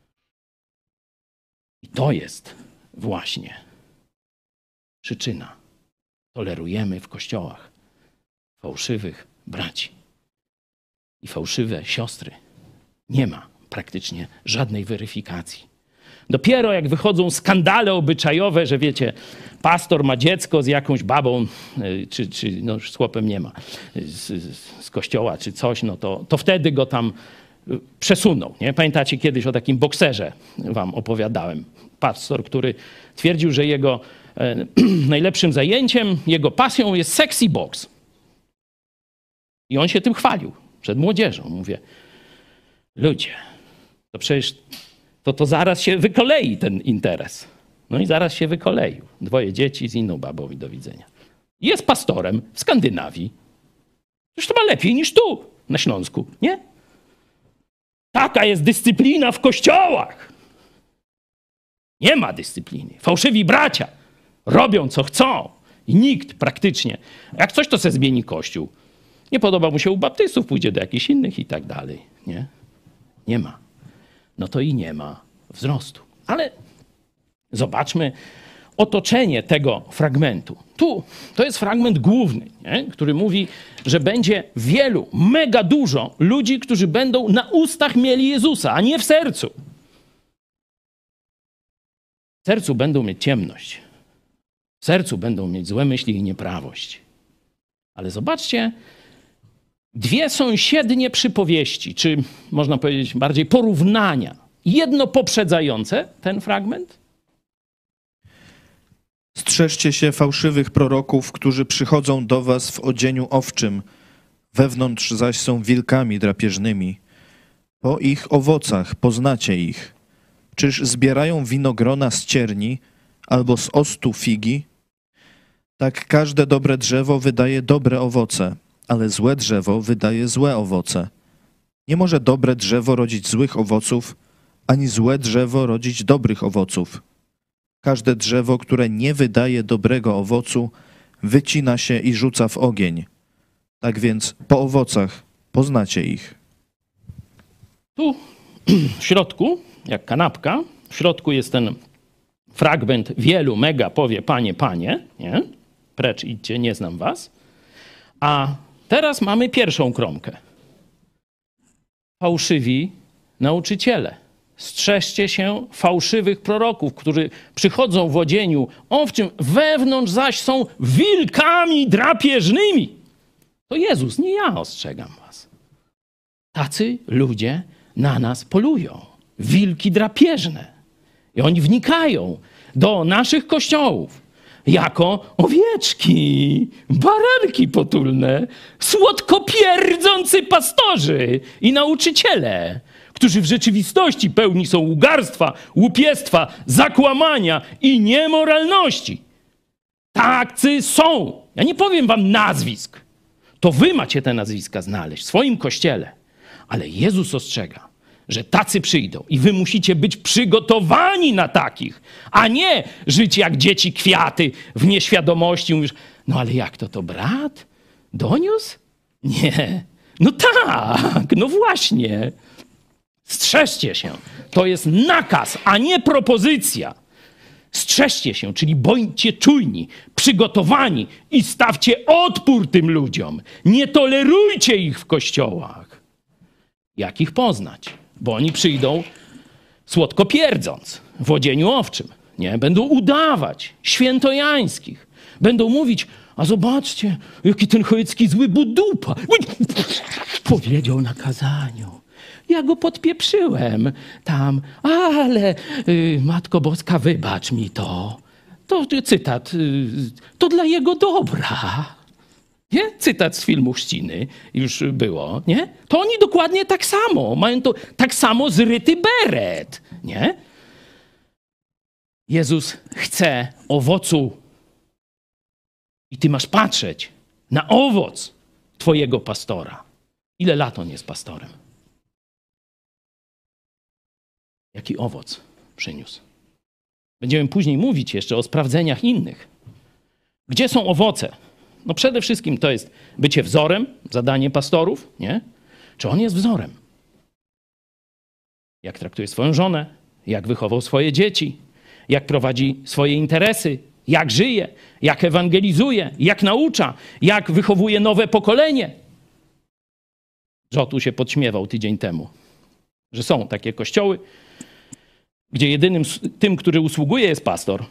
I to jest właśnie przyczyna. Tolerujemy w kościołach fałszywych braci i fałszywe siostry. Nie ma praktycznie żadnej weryfikacji. Dopiero jak wychodzą skandale obyczajowe, że wiecie, pastor ma dziecko z jakąś babą, czy no, z chłopem nie ma, z kościoła czy coś, no to wtedy go tam przesunął. Nie? Pamiętacie, kiedyś o takim bokserze wam opowiadałem. Pastor, który twierdził, że jego najlepszym zajęciem, jego pasją jest sexy box. I on się tym chwalił przed młodzieżą. Mówię, ludzie, to przecież to zaraz się wykolei ten interes. No i zaraz się wykoleił. 2 dzieci z inną babą i do widzenia. Jest pastorem w Skandynawii. Przecież to ma lepiej niż tu, na Śląsku, nie? Taka jest dyscyplina w kościołach. Nie ma dyscypliny. Fałszywi bracia robią co chcą i nikt praktycznie. Jak coś, to se zmieni kościół. Nie podoba mu się u baptystów, pójdzie do jakichś innych i tak dalej. Nie? Nie ma. No to i nie ma wzrostu. Ale zobaczmy otoczenie tego fragmentu. Tu to jest fragment główny, nie? Który mówi, że będzie wielu, mega dużo ludzi, którzy będą na ustach mieli Jezusa, a nie w sercu. W sercu będą mieć ciemność. W sercu będą mieć złe myśli i nieprawość. Ale zobaczcie, 2 sąsiednie przypowieści, czy można powiedzieć bardziej porównania, jedno poprzedzające ten fragment. Strzeżcie się fałszywych proroków, którzy przychodzą do was w odzieniu owczym, wewnątrz zaś są wilkami drapieżnymi. Po ich owocach poznacie ich. Czyż zbierają winogrona z cierni albo z ostu figi? Tak każde dobre drzewo wydaje dobre owoce, ale złe drzewo wydaje złe owoce. Nie może dobre drzewo rodzić złych owoców, ani złe drzewo rodzić dobrych owoców. Każde drzewo, które nie wydaje dobrego owocu, wycina się i rzuca w ogień. Tak więc po owocach poznacie ich. Tu w środku, jak kanapka, w środku jest ten fragment wielu mega powie Panie, Panie, nie? Precz idźcie, nie znam was. A teraz mamy pierwszą kromkę. Fałszywi nauczyciele. Strzeżcie się fałszywych proroków, którzy przychodzą w odzieniu owczym, wewnątrz zaś są wilkami drapieżnymi. To Jezus, nie ja ostrzegam was. Tacy ludzie na nas polują. Wilki drapieżne. I oni wnikają do naszych kościołów jako owieczki, baranki potulne, słodko pierdzący pastorzy i nauczyciele, którzy w rzeczywistości pełni są ługarstwa, łupiestwa, zakłamania i niemoralności. Tacy są. Ja nie powiem wam nazwisk. To wy macie te nazwiska znaleźć w swoim kościele. Ale Jezus ostrzega, że tacy przyjdą i wy musicie być przygotowani na takich, a nie żyć jak dzieci kwiaty w nieświadomości. Mówisz, no ale jak to brat doniósł? Nie. No tak, no właśnie. Strzeżcie się. To jest nakaz, a nie propozycja. Strzeżcie się, czyli bądźcie czujni, przygotowani i stawcie odpór tym ludziom. Nie tolerujcie ich w kościołach. Jak ich poznać? Bo oni przyjdą słodko pierdząc w odzieniu owczym. Nie? Będą udawać świętojańskich. Będą mówić, a zobaczcie, jaki ten Chojecki zły budupa. Powiedział na kazaniu. Ja go podpieprzyłem tam, ale Matko Boska, wybacz mi to. To cytat, to dla jego dobra. Nie? Cytat z filmu Chrzciny już było, nie? To oni dokładnie tak samo, mają to tak samo zryty beret, nie? Jezus chce owocu i ty masz patrzeć na owoc twojego pastora. Ile lat on jest pastorem? Jaki owoc przyniósł? Będziemy później mówić jeszcze o sprawdzeniach innych. Gdzie są owoce? No przede wszystkim to jest bycie wzorem, zadanie pastorów, nie? Czy on jest wzorem? Jak traktuje swoją żonę, jak wychował swoje dzieci, jak prowadzi swoje interesy, jak żyje, jak ewangelizuje, jak naucza, jak wychowuje nowe pokolenie. Żotu się podśmiewał tydzień temu, że są takie kościoły, gdzie jedynym tym, który usługuje, jest pastor.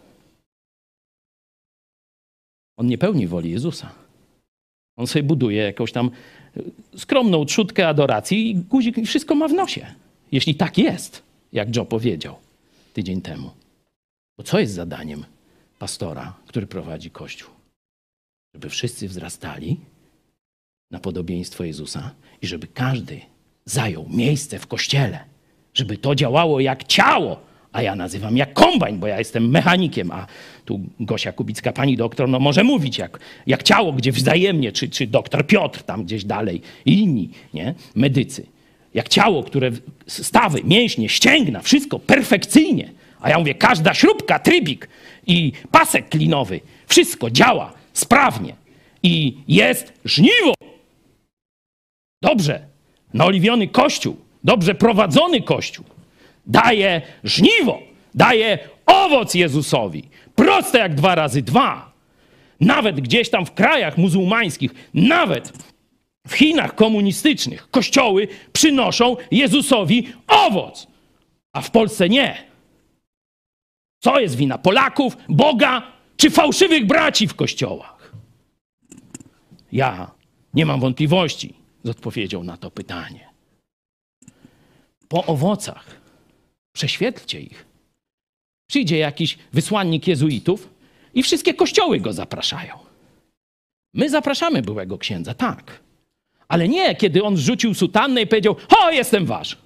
On nie pełni woli Jezusa. On sobie buduje jakąś tam skromną trzutkę adoracji i guzik i wszystko ma w nosie. Jeśli tak jest, jak Joe powiedział tydzień temu. Bo co jest zadaniem pastora, który prowadzi Kościół? Żeby wszyscy wzrastali na podobieństwo Jezusa i żeby każdy zajął miejsce w Kościele. Żeby to działało jak ciało, a ja nazywam jak kombajn, bo ja jestem mechanikiem, a tu Gosia Kubicka, pani doktor, no może mówić jak ciało, gdzie wzajemnie, czy doktor Piotr tam gdzieś dalej i inni, nie? Medycy. Jak ciało, które stawy, mięśnie, ścięgna, wszystko perfekcyjnie. A ja mówię, każda śrubka, trybik i pasek klinowy, wszystko działa sprawnie i jest żniwo. Dobrze naoliwiony Kościół, dobrze prowadzony Kościół daje żniwo, daje owoc Jezusowi. Proste jak 2 razy 2. Nawet gdzieś tam w krajach muzułmańskich, nawet w Chinach komunistycznych kościoły przynoszą Jezusowi owoc, a w Polsce nie. Co jest wina Polaków, Boga czy fałszywych braci w kościołach? Ja nie mam wątpliwości z odpowiedzią na to pytanie. Po owocach prześwietlcie ich. Przyjdzie jakiś wysłannik jezuitów i wszystkie kościoły go zapraszają. My zapraszamy byłego księdza, tak. Ale nie, kiedy on zrzucił sutannę i powiedział, o, jestem wasz.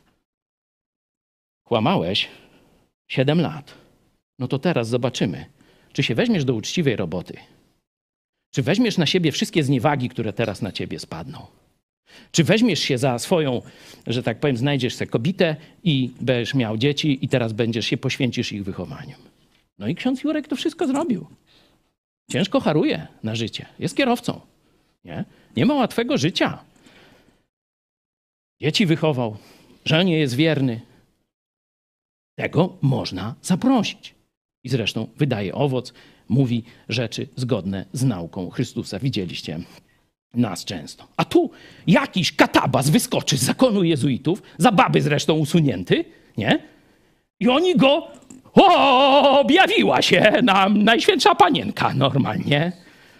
Kłamałeś 7 lat. No to teraz zobaczymy, czy się weźmiesz do uczciwej roboty. Czy weźmiesz na siebie wszystkie zniewagi, które teraz na ciebie spadną. Czy weźmiesz się za swoją, że tak powiem, znajdziesz sobie kobietę i będziesz miał dzieci i teraz poświęcisz ich wychowaniu. No i ksiądz Jurek to wszystko zrobił. Ciężko haruje na życie. Jest kierowcą. Nie ma łatwego życia. Dzieci wychował, żonie jest wierny. Tego można zaprosić. I zresztą wydaje owoc, mówi rzeczy zgodne z nauką Chrystusa. Widzieliście nas często. A tu jakiś katabas wyskoczy z zakonu jezuitów, za baby zresztą usunięty, nie? I oni go, objawiła się nam Najświętsza Panienka normalnie.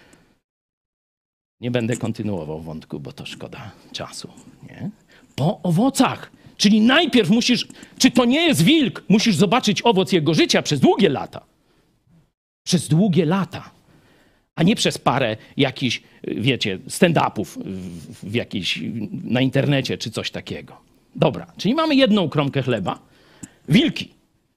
Nie będę kontynuował wątku, bo to szkoda czasu, nie? Po owocach. Czyli najpierw musisz, czy to nie jest wilk, musisz zobaczyć owoc jego życia przez długie lata. Przez długie lata. A nie przez parę jakichś, wiecie, stand-upów na internecie czy coś takiego. Dobra, czyli mamy jedną kromkę chleba. Wilki.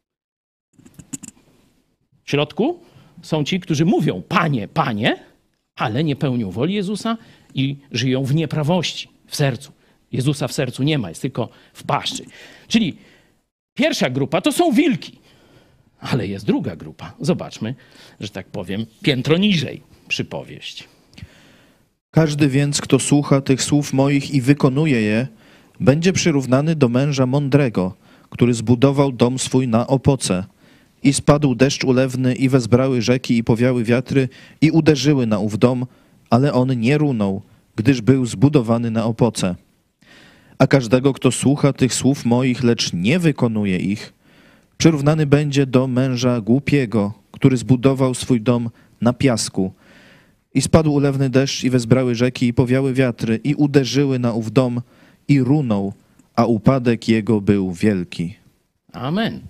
W środku są ci, którzy mówią Panie, Panie, ale nie pełnią woli Jezusa i żyją w nieprawości, w sercu. Jezusa w sercu nie ma, jest tylko w paszczy. Czyli pierwsza grupa to są wilki, ale jest druga grupa. Zobaczmy, że tak powiem, piętro niżej przypowieść. Każdy więc, kto słucha tych słów moich i wykonuje je, będzie przyrównany do męża mądrego, który zbudował dom swój na opoce. I spadł deszcz ulewny, i wezbrały rzeki, i powiały wiatry, i uderzyły na ów dom, ale on nie runął, gdyż był zbudowany na opoce. A każdego, kto słucha tych słów moich, lecz nie wykonuje ich, przyrównany będzie do męża głupiego, który zbudował swój dom na piasku. I spadł ulewny deszcz, i wezbrały rzeki, i powiały wiatry, i uderzyły na ów dom, i runął, a upadek jego był wielki. Amen.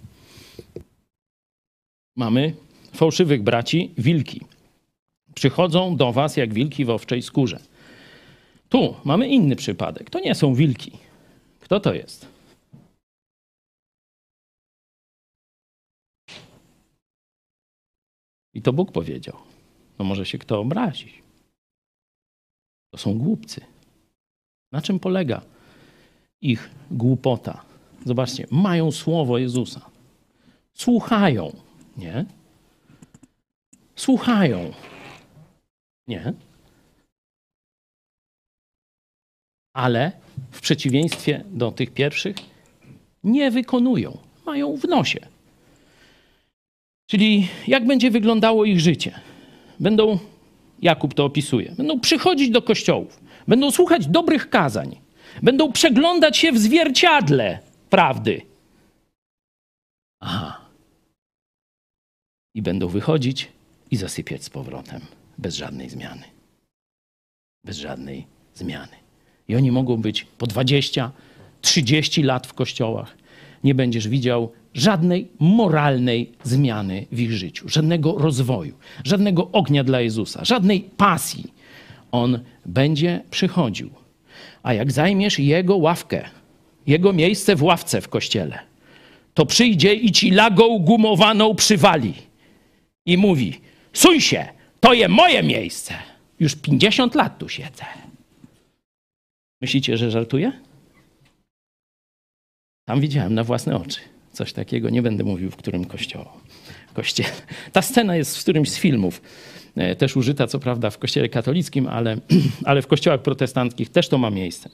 Mamy fałszywych braci, wilki. Przychodzą do was jak wilki w owczej skórze. Tu mamy inny przypadek. To nie są wilki. Kto to jest? I to Bóg powiedział. No może się kto obrazić. To są głupcy. Na czym polega ich głupota? Zobaczcie, mają słowo Jezusa. Słuchają, nie? Słuchają, nie? Ale w przeciwieństwie do tych pierwszych nie wykonują. Mają w nosie. Czyli jak będzie wyglądało ich życie? Będą, Jakub to opisuje, będą przychodzić do kościołów, będą słuchać dobrych kazań, będą przeglądać się w zwierciadle prawdy. Aha. I będą wychodzić i zasypiać z powrotem, bez żadnej zmiany. Bez żadnej zmiany. I oni mogą być po 20, 30 lat w kościołach. Nie będziesz widział żadnej moralnej zmiany w ich życiu, żadnego rozwoju, żadnego ognia dla Jezusa, żadnej pasji. On będzie przychodził. A jak zajmiesz jego ławkę, jego miejsce w ławce w kościele, to przyjdzie i ci lagą gumowaną przywali i mówi: suń się, to jest moje miejsce. Już 50 lat tu siedzę. Myślicie, że żartuję? Tam widziałem na własne oczy coś takiego. Nie będę mówił, w którym kościele. Ta scena jest w którymś z filmów. Też użyta, co prawda, w kościele katolickim, ale w kościołach protestanckich też to ma miejsce.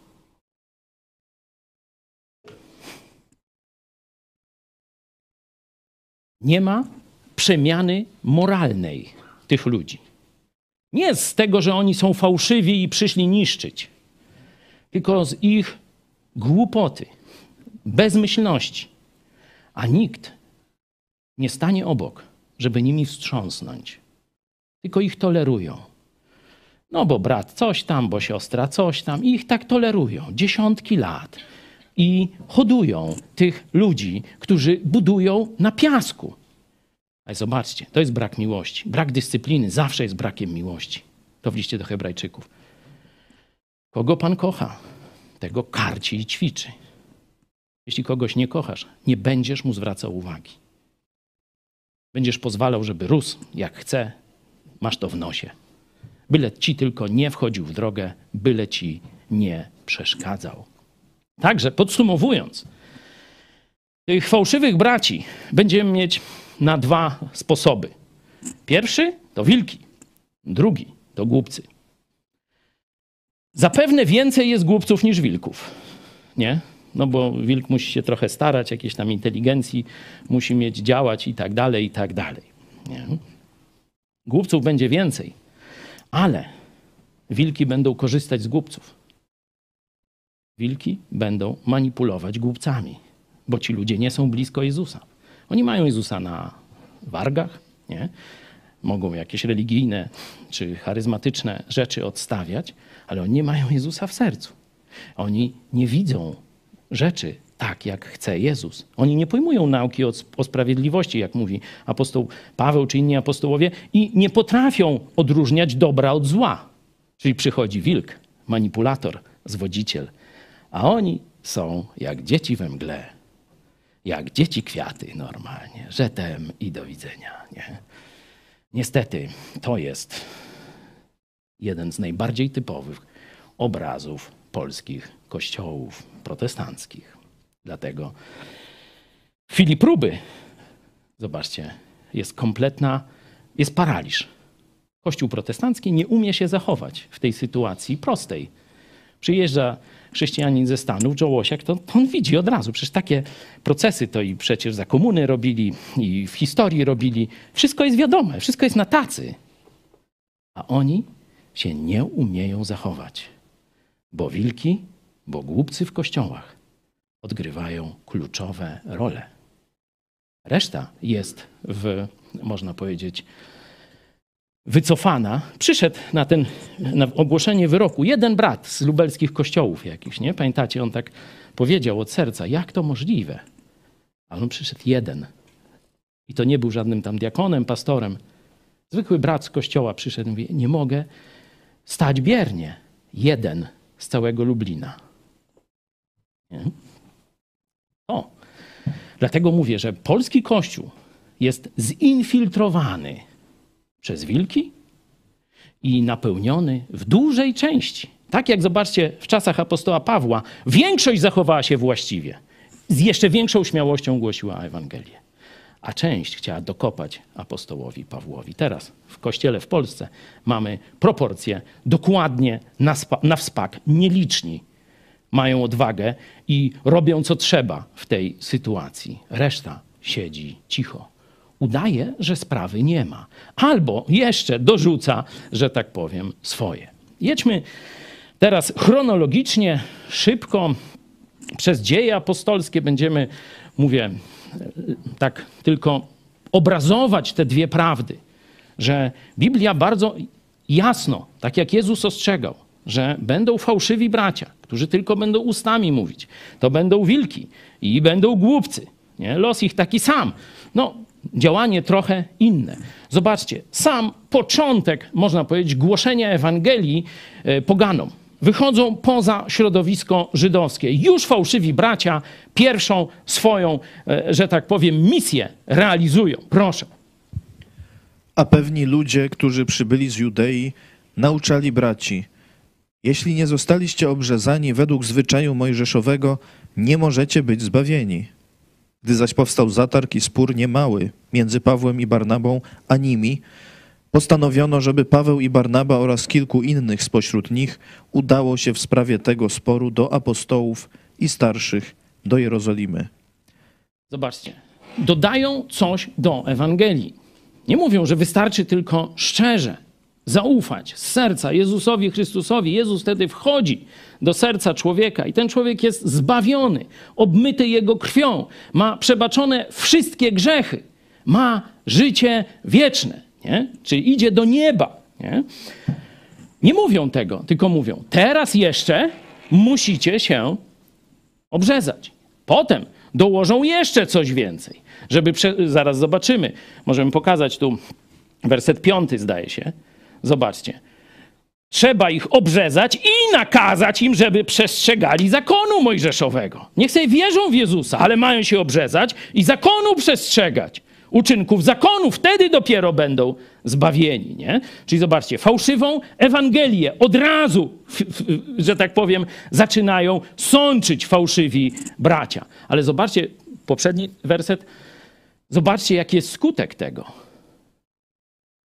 Nie ma przemiany moralnej tych ludzi. Nie z tego, że oni są fałszywi i przyszli niszczyć, tylko z ich głupoty, bezmyślności. A nikt nie stanie obok, żeby nimi wstrząsnąć. Tylko ich tolerują. No bo brat coś tam, bo siostra coś tam. I ich tak tolerują dziesiątki lat. I hodują tych ludzi, którzy budują na piasku. Ale zobaczcie, to jest brak miłości. Brak dyscypliny zawsze jest brakiem miłości. To w liście do Hebrajczyków. Kogo Pan kocha, tego karci i ćwiczy. Jeśli kogoś nie kochasz, nie będziesz mu zwracał uwagi. Będziesz pozwalał, żeby rósł jak chce, masz to w nosie. Byle ci tylko nie wchodził w drogę, byle ci nie przeszkadzał. Także podsumowując, tych fałszywych braci będziemy mieć na dwa sposoby. Pierwszy to wilki, drugi to głupcy. Zapewne więcej jest głupców niż wilków, nie? No bo wilk musi się trochę starać, jakiejś tam inteligencji musi mieć, działać i tak dalej, nie? Głupców będzie więcej, ale wilki będą korzystać z głupców. Wilki będą manipulować głupcami, bo ci ludzie nie są blisko Jezusa. Oni mają Jezusa na wargach, nie? Mogą jakieś religijne czy charyzmatyczne rzeczy odstawiać, ale oni nie mają Jezusa w sercu. Oni nie widzą rzeczy tak, jak chce Jezus. Oni nie pojmują nauki o sprawiedliwości, jak mówi apostoł Paweł czy inni apostołowie, i nie potrafią odróżniać dobra od zła. Czyli przychodzi wilk, manipulator, zwodziciel, a oni są jak dzieci we mgle, jak dzieci kwiaty normalnie, żetem i do widzenia. Nie? Niestety to jest jeden z najbardziej typowych obrazów polskich kościołów protestanckich. Dlatego w chwili próby, zobaczcie, jest paraliż. Kościół protestancki nie umie się zachować w tej sytuacji prostej. Przyjeżdża chrześcijanin ze Stanów, Joe Łosiak, to on widzi od razu. Przecież takie procesy to i przecież za komuny robili, i w historii robili. Wszystko jest wiadome, wszystko jest na tacy. A oni się nie umieją zachować, bo wilki, bo głupcy w kościołach odgrywają kluczowe role. Reszta jest można powiedzieć, wycofana. Przyszedł na ogłoszenie wyroku jeden brat z lubelskich kościołów jakichś, nie? Pamiętacie, on tak powiedział od serca, jak to możliwe? Ale on przyszedł jeden. I to nie był żadnym tam diakonem, pastorem. Zwykły brat z kościoła przyszedł i mówi, nie mogę stać biernie. Jeden z całego Lublina. Nie? Dlatego mówię, że polski kościół jest zinfiltrowany przez wilki i napełniony w dużej części. Tak jak zobaczcie w czasach apostoła Pawła, większość zachowała się właściwie. Z jeszcze większą śmiałością głosiła Ewangelię. A część chciała dokopać apostołowi Pawłowi. Teraz w kościele w Polsce mamy proporcje dokładnie na wspak. Nieliczni mają odwagę i robią co trzeba w tej sytuacji. Reszta siedzi cicho. Udaje, że sprawy nie ma. Albo jeszcze dorzuca, że tak powiem, swoje. Jedźmy teraz chronologicznie, szybko przez dzieje apostolskie. Będziemy, mówię, tak tylko obrazować te dwie prawdy, że Biblia bardzo jasno, tak jak Jezus ostrzegał, że będą fałszywi bracia, którzy tylko będą ustami mówić. To będą wilki i będą głupcy. Nie? Los ich taki sam. Działanie trochę inne. Zobaczcie, sam początek, można powiedzieć, głoszenia Ewangelii poganom. Wychodzą poza środowisko żydowskie. Już fałszywi bracia pierwszą swoją, że tak powiem, misję realizują. Proszę. A pewni ludzie, którzy przybyli z Judei, nauczali braci, jeśli nie zostaliście obrzezani według zwyczaju mojżeszowego, nie możecie być zbawieni. Gdy zaś powstał zatarg i spór niemały między Pawłem i Barnabą a nimi, postanowiono, żeby Paweł i Barnaba oraz kilku innych spośród nich udało się w sprawie tego sporu do apostołów i starszych do Jerozolimy. Zobaczcie, dodają coś do Ewangelii. Nie mówią, że wystarczy tylko szczerze zaufać z serca Jezusowi Chrystusowi. Jezus wtedy wchodzi do serca człowieka i ten człowiek jest zbawiony, obmyty Jego krwią, ma przebaczone wszystkie grzechy, ma życie wieczne, nie? Czyli idzie do nieba. Nie mówią tego, tylko mówią, teraz jeszcze musicie się obrzezać. Potem dołożą jeszcze coś więcej, żeby zaraz zobaczymy. Możemy pokazać tu werset 5, zdaje się. Zobaczcie. Trzeba ich obrzezać i nakazać im, żeby przestrzegali zakonu mojżeszowego. Niech sobie wierzą w Jezusa, ale mają się obrzezać i zakonu przestrzegać. Uczynków zakonu, wtedy dopiero będą zbawieni. Nie? Czyli zobaczcie, fałszywą Ewangelię od razu, że tak powiem, zaczynają sączyć fałszywi bracia. Ale zobaczcie, poprzedni werset, zobaczcie, jaki jest skutek tego.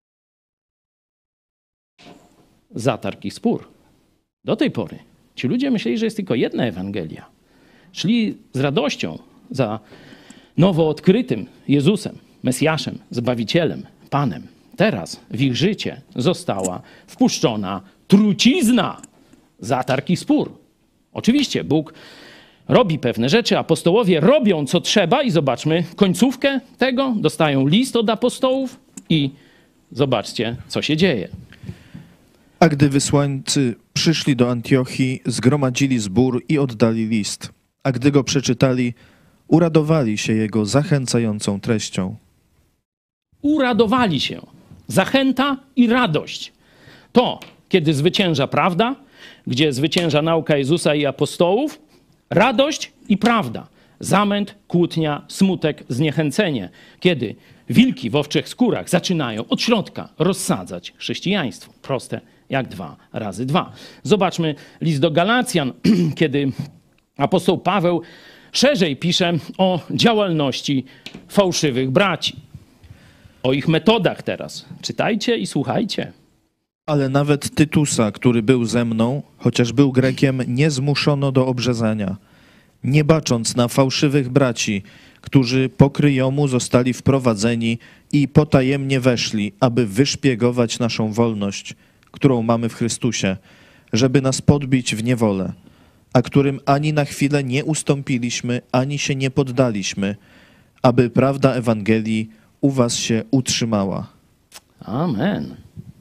zatarg i spór. Do tej pory ci ludzie myśleli, że jest tylko jedna Ewangelia. Szli z radością za nowo odkrytym Jezusem, Mesjaszem, Zbawicielem, Panem. Teraz w ich życie została wpuszczona trucizna, zatarg i spór. Oczywiście Bóg robi pewne rzeczy, apostołowie robią co trzeba i zobaczmy końcówkę tego. Dostają list od apostołów i zobaczcie, co się dzieje. A gdy wysłańcy przyszli do Antiochii, zgromadzili zbór i oddali list. A gdy go przeczytali, uradowali się jego zachęcającą treścią. Uradowali się. Zachęta i radość. To, kiedy zwycięża prawda, gdzie zwycięża nauka Jezusa i apostołów, radość i prawda. Zamęt, kłótnia, smutek, zniechęcenie. Kiedy wilki w owczych skórach zaczynają od środka rozsadzać chrześcijaństwo. Proste jak 2 razy 2. Zobaczmy list do Galacjan, kiedy apostoł Paweł szerzej pisze o działalności fałszywych braci. O ich metodach teraz. Czytajcie i słuchajcie. Ale nawet Tytusa, który był ze mną, chociaż był Grekiem, nie zmuszono do obrzezania, nie bacząc na fałszywych braci, którzy po kryjomu zostali wprowadzeni i potajemnie weszli, aby wyszpiegować naszą wolność, którą mamy w Chrystusie, żeby nas podbić w niewolę, a którym ani na chwilę nie ustąpiliśmy, ani się nie poddaliśmy, aby prawda Ewangelii u was się utrzymała. Amen.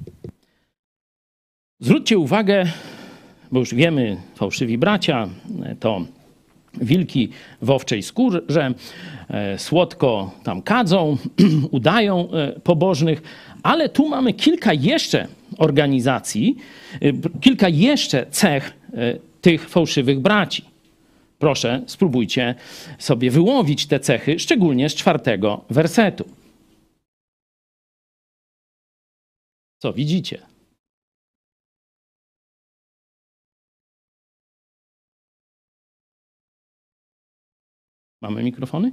Zwróćcie uwagę, bo już wiemy, fałszywi bracia to wilki w owczej skórze, słodko tam kadzą, udają pobożnych, ale tu mamy kilka jeszcze organizacji, kilka jeszcze cech tych fałszywych braci. Proszę, spróbujcie sobie wyłowić te cechy, szczególnie z 4 wersetu. Co widzicie? Mamy mikrofony?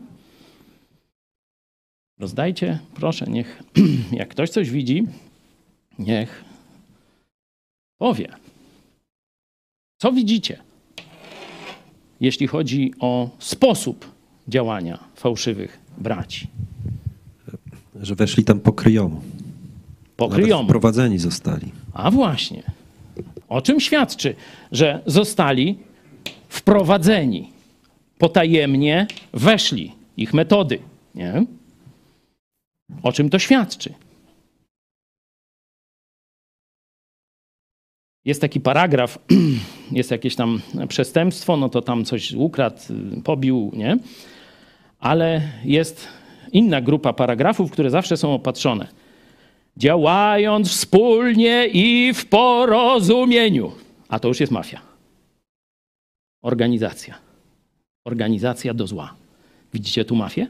Rozdajcie, proszę, niech jak ktoś coś widzi, niech powie. Co widzicie, jeśli chodzi o sposób działania fałszywych braci? Że weszli tam po kryjomu. Po kryjomu. Wprowadzeni zostali. A właśnie. O czym świadczy? Że zostali wprowadzeni. Potajemnie weszli. Ich metody. Nie? O czym to świadczy? Jest taki paragraf, jest jakieś tam przestępstwo, no to tam coś ukradł, pobił, nie? Ale jest inna grupa paragrafów, które zawsze są opatrzone. Działając wspólnie i w porozumieniu. A to już jest mafia. Organizacja. Organizacja do zła. Widzicie tu mafię?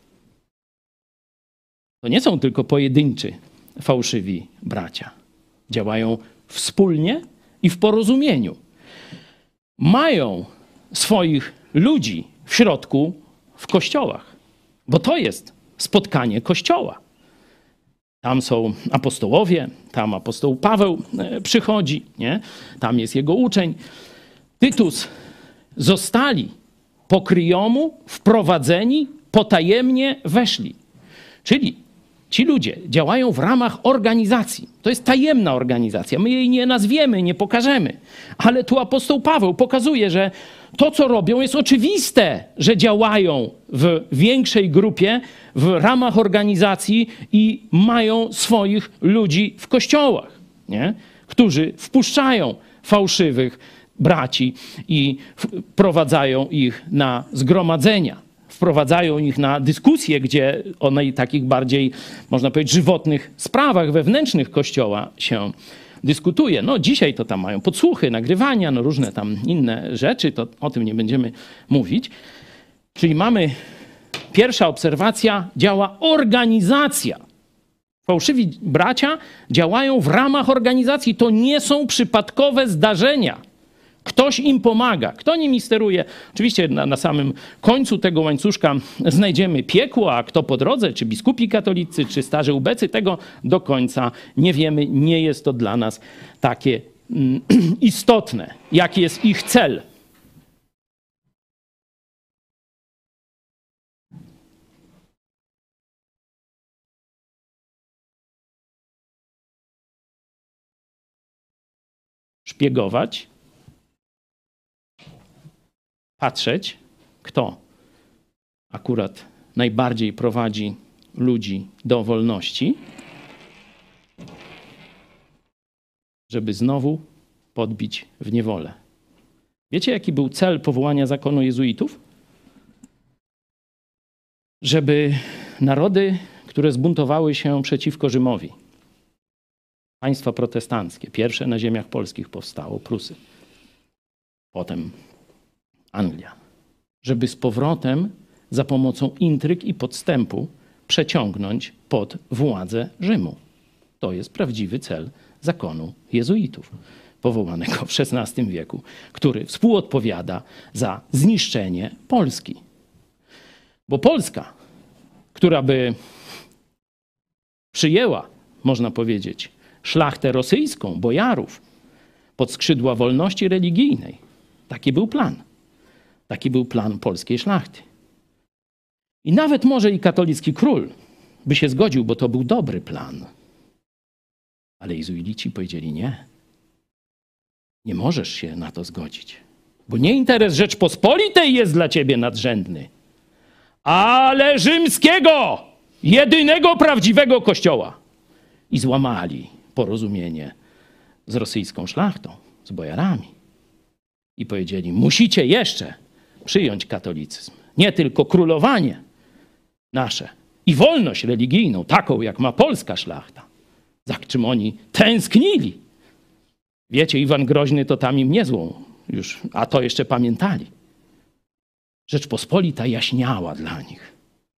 To nie są tylko pojedynczy fałszywi bracia. Działają wspólnie i w porozumieniu. Mają swoich ludzi w środku w kościołach, bo to jest spotkanie kościoła. Tam są apostołowie, tam apostoł Paweł przychodzi, nie? Tam jest jego uczeń. Tytus zostali po kryjomu wprowadzeni, potajemnie weszli. Czyli ci ludzie działają w ramach organizacji. To jest tajemna organizacja. My jej nie nazwiemy, nie pokażemy. Ale tu apostoł Paweł pokazuje, że to, co robią, jest oczywiste, że działają w większej grupie, w ramach organizacji i mają swoich ludzi w kościołach, nie? Którzy wpuszczają fałszywych braci i wprowadzają ich na zgromadzenia. Wprowadzają ich na dyskusje, gdzie o takich bardziej, można powiedzieć, żywotnych sprawach wewnętrznych Kościoła się dyskutuje. No dzisiaj to tam mają podsłuchy, nagrywania, no różne tam inne rzeczy, to o tym nie będziemy mówić. Czyli mamy, pierwsza obserwacja, działa organizacja. Fałszywi bracia działają w ramach organizacji. To nie są przypadkowe zdarzenia. Ktoś im pomaga. Kto nimi steruje? Oczywiście na samym końcu tego łańcuszka znajdziemy piekło, a kto po drodze, czy biskupi katolicy, czy starzy ubecy, tego do końca nie wiemy. Nie jest to dla nas takie istotne, jaki jest ich cel. Szpiegować, patrzeć, kto akurat najbardziej prowadzi ludzi do wolności, żeby znowu podbić w niewolę. Wiecie, jaki był cel powołania zakonu jezuitów? Żeby narody, które zbuntowały się przeciwko Rzymowi, państwa protestanckie, pierwsze na ziemiach polskich powstało, Prusy, potem Anglia, żeby z powrotem za pomocą intryg i podstępu przeciągnąć pod władzę Rzymu. To jest prawdziwy cel zakonu jezuitów, powołanego w XVI wieku, który współodpowiada za zniszczenie Polski. Bo Polska, która by przyjęła, można powiedzieć, szlachtę rosyjską, bojarów, pod skrzydła wolności religijnej, taki był plan. Taki był plan polskiej szlachty. I nawet może i katolicki król by się zgodził, bo to był dobry plan. Ale jezuici powiedzieli nie. Nie możesz się na to zgodzić, bo nie interes Rzeczpospolitej jest dla ciebie nadrzędny, ale rzymskiego, jedynego prawdziwego kościoła. I złamali porozumienie z rosyjską szlachtą, z bojarami. I powiedzieli, musicie jeszcze przyjąć katolicyzm. Nie tylko królowanie nasze i wolność religijną, taką jak ma polska szlachta, za czym oni tęsknili. Wiecie, Iwan Groźny to tam im niezłą już, a to jeszcze pamiętali. Rzeczpospolita jaśniała dla nich.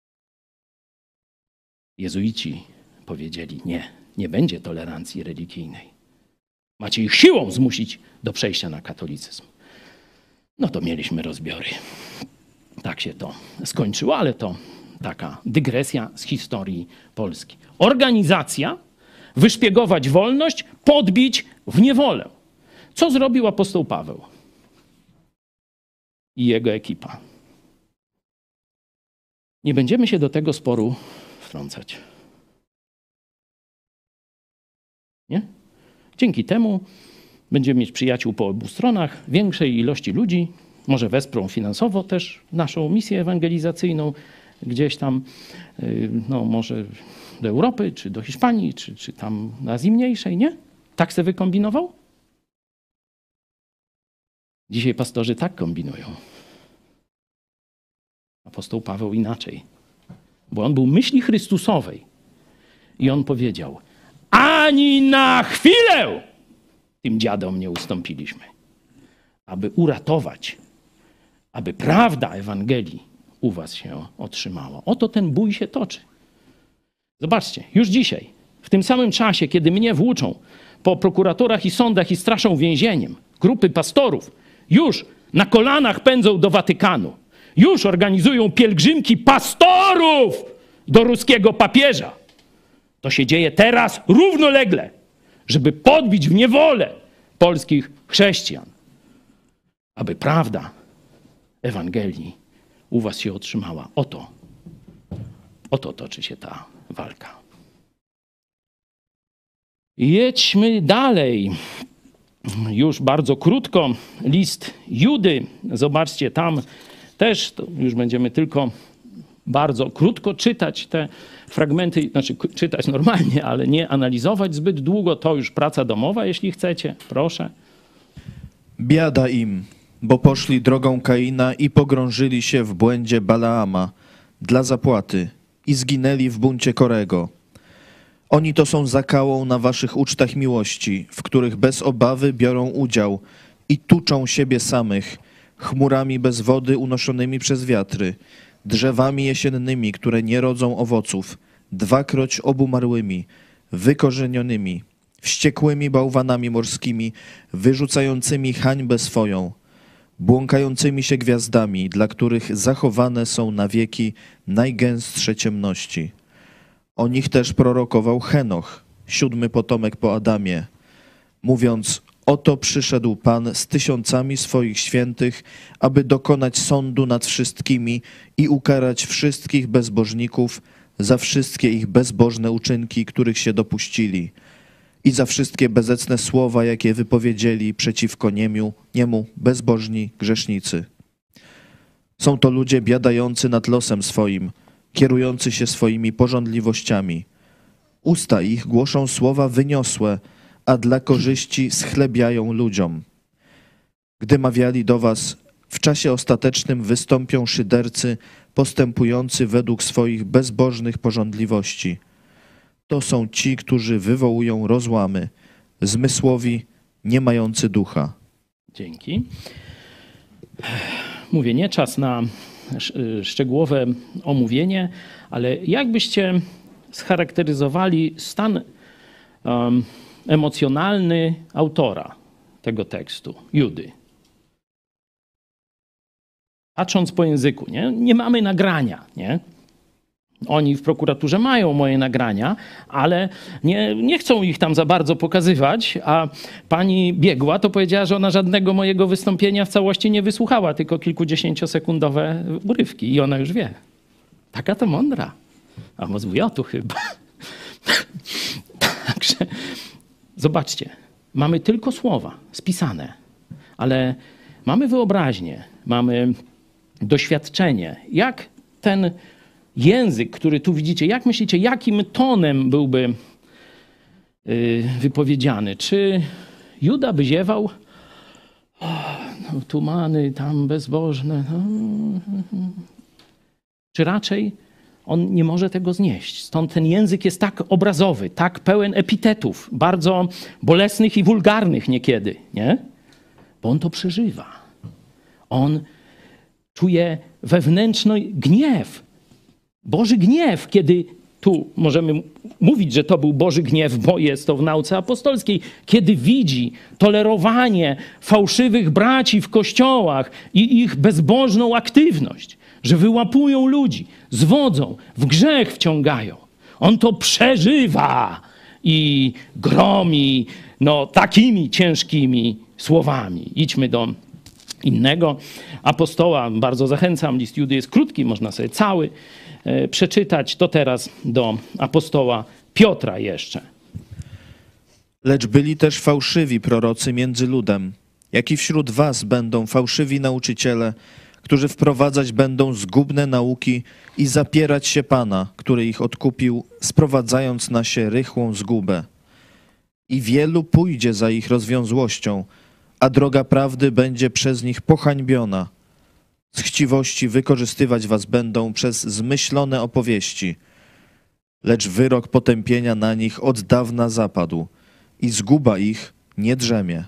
Jezuici powiedzieli, nie będzie tolerancji religijnej. Macie ich siłą zmusić do przejścia na katolicyzm. No to mieliśmy rozbiory. Tak się to skończyło, ale to taka dygresja z historii Polski. Organizacja, wyszpiegować wolność, podbić w niewolę. Co zrobił apostoł Paweł i jego ekipa? Nie będziemy się do tego sporu wtrącać. Nie? Dzięki temu będziemy mieć przyjaciół po obu stronach, większej ilości ludzi, może wesprą finansowo też naszą misję ewangelizacyjną gdzieś tam, no może do Europy, czy do Hiszpanii, czy tam na Azji Mniejszej, nie? Tak se wykombinował? Dzisiaj pastorzy tak kombinują. Apostoł Paweł inaczej, bo on był myśli Chrystusowej i on powiedział, ani na chwilę tym dziadom nie ustąpiliśmy, aby uratować, aby prawda Ewangelii u was się otrzymała. Oto ten bój się toczy. Zobaczcie, już dzisiaj, w tym samym czasie, kiedy mnie włóczą po prokuratorach i sądach i straszą więzieniem, grupy pastorów już na kolanach pędzą do Watykanu, już organizują pielgrzymki pastorów do ruskiego papieża. To się dzieje teraz równolegle, żeby podbić w niewolę polskich chrześcijan, aby prawda Ewangelii u was się otrzymała. Oto toczy się ta walka. Jedźmy dalej. Już bardzo krótko. List Judy. Zobaczcie, tam też, to już będziemy tylko bardzo krótko czytać te fragmenty, znaczy czytać normalnie, ale nie analizować zbyt długo. To już praca domowa, jeśli chcecie. Proszę. Biada im, bo poszli drogą Kaina i pogrążyli się w błędzie Balaama dla zapłaty i zginęli w buncie Korego. Oni to są zakałą na waszych ucztach miłości, w których bez obawy biorą udział i tuczą siebie samych, chmurami bez wody unoszonymi przez wiatry, drzewami jesiennymi, które nie rodzą owoców, dwakroć obumarłymi, wykorzenionymi, wściekłymi bałwanami morskimi, wyrzucającymi hańbę swoją, błąkającymi się gwiazdami, dla których zachowane są na wieki najgęstsze ciemności. O nich też prorokował Henoch, 7. potomek po Adamie, mówiąc: oto przyszedł Pan z tysiącami swoich świętych, aby dokonać sądu nad wszystkimi i ukarać wszystkich bezbożników za wszystkie ich bezbożne uczynki, których się dopuścili, i za wszystkie bezecne słowa, jakie wypowiedzieli przeciwko niemu bezbożni grzesznicy. Są to ludzie biadający nad losem swoim, kierujący się swoimi pożądliwościami. Usta ich głoszą słowa wyniosłe, a dla korzyści schlebiają ludziom. Gdy mawiali do was, w czasie ostatecznym wystąpią szydercy, postępujący według swoich bezbożnych pożądliwości. To są ci, którzy wywołują rozłamy, zmysłowi, nie mający ducha. Dzięki. Mówię, nie czas na szczegółowe omówienie, ale jak byście scharakteryzowali stan emocjonalny autora tego tekstu, Judy? Patrząc po języku, nie mamy nagrania, nie? Oni w prokuraturze mają moje nagrania, ale nie chcą ich tam za bardzo pokazywać, a pani biegła to powiedziała, że ona żadnego mojego wystąpienia w całości nie wysłuchała, tylko kilkudziesięciosekundowe urywki i ona już wie. Taka to mądra. A z WJ-u chyba. Także zobaczcie, mamy tylko słowa spisane, ale mamy wyobraźnię, mamy doświadczenie, jak ten język, który tu widzicie, jak myślicie, jakim tonem byłby wypowiedziany? Czy Juda by ziewał? No, tumany tam bezbożne. Czy raczej on nie może tego znieść? Stąd ten język jest tak obrazowy, tak pełen epitetów, bardzo bolesnych i wulgarnych niekiedy, nie? Bo on to przeżywa. On czuje wewnętrzny gniew. Boży gniew, kiedy tu możemy mówić, że to był Boży gniew, bo jest to w nauce apostolskiej, kiedy widzi tolerowanie fałszywych braci w kościołach i ich bezbożną aktywność, że wyłapują ludzi, zwodzą, w grzech wciągają. On to przeżywa i gromi takimi ciężkimi słowami. Idźmy do innego apostoła. Bardzo zachęcam, list Judy jest krótki, można sobie cały przeczytać. To teraz do apostoła Piotra jeszcze. Lecz byli też fałszywi prorocy między ludem, jak i wśród was będą fałszywi nauczyciele, którzy wprowadzać będą zgubne nauki i zapierać się Pana, który ich odkupił, sprowadzając na się rychłą zgubę. I wielu pójdzie za ich rozwiązłością, a droga prawdy będzie przez nich pohańbiona. Z chciwości wykorzystywać was będą przez zmyślone opowieści. Lecz wyrok potępienia na nich od dawna zapadł i zguba ich nie drzemie.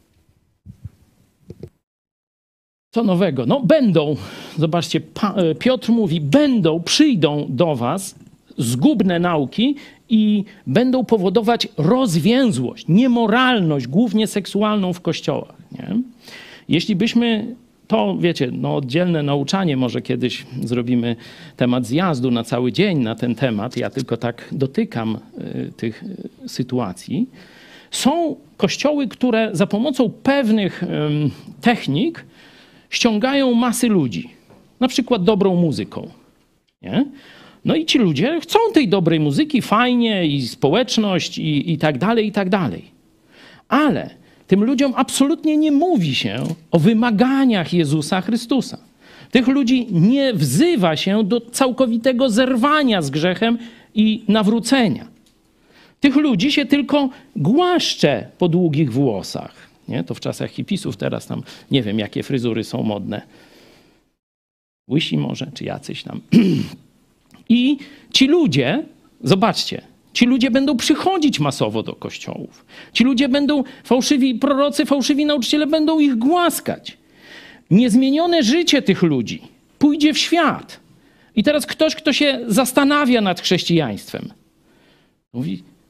Co nowego? No będą, zobaczcie, Piotr mówi, przyjdą do was zgubne nauki i będą powodować rozwięzłość, niemoralność, głównie seksualną w kościołach. Nie? Jeśli byśmy to, wiecie, oddzielne nauczanie, może kiedyś zrobimy temat zjazdu na cały dzień na ten temat, ja tylko tak dotykam tych sytuacji. Są kościoły, które za pomocą pewnych technik ściągają masy ludzi, na przykład dobrą muzyką. Nie? No i ci ludzie chcą tej dobrej muzyki, fajnie, i społeczność, i tak dalej, i tak dalej. Ale tym ludziom absolutnie nie mówi się o wymaganiach Jezusa Chrystusa. Tych ludzi nie wzywa się do całkowitego zerwania z grzechem i nawrócenia. Tych ludzi się tylko głaszcze po długich włosach. Nie? To w czasach hipisów teraz tam, nie wiem, jakie fryzury są modne. Łysi może, czy jacyś tam. I ci ludzie, zobaczcie, ci ludzie będą przychodzić masowo do kościołów. Ci ludzie będą, fałszywi prorocy, fałszywi nauczyciele będą ich głaskać. Niezmienione życie tych ludzi pójdzie w świat. I teraz ktoś, kto się zastanawia nad chrześcijaństwem, mówi,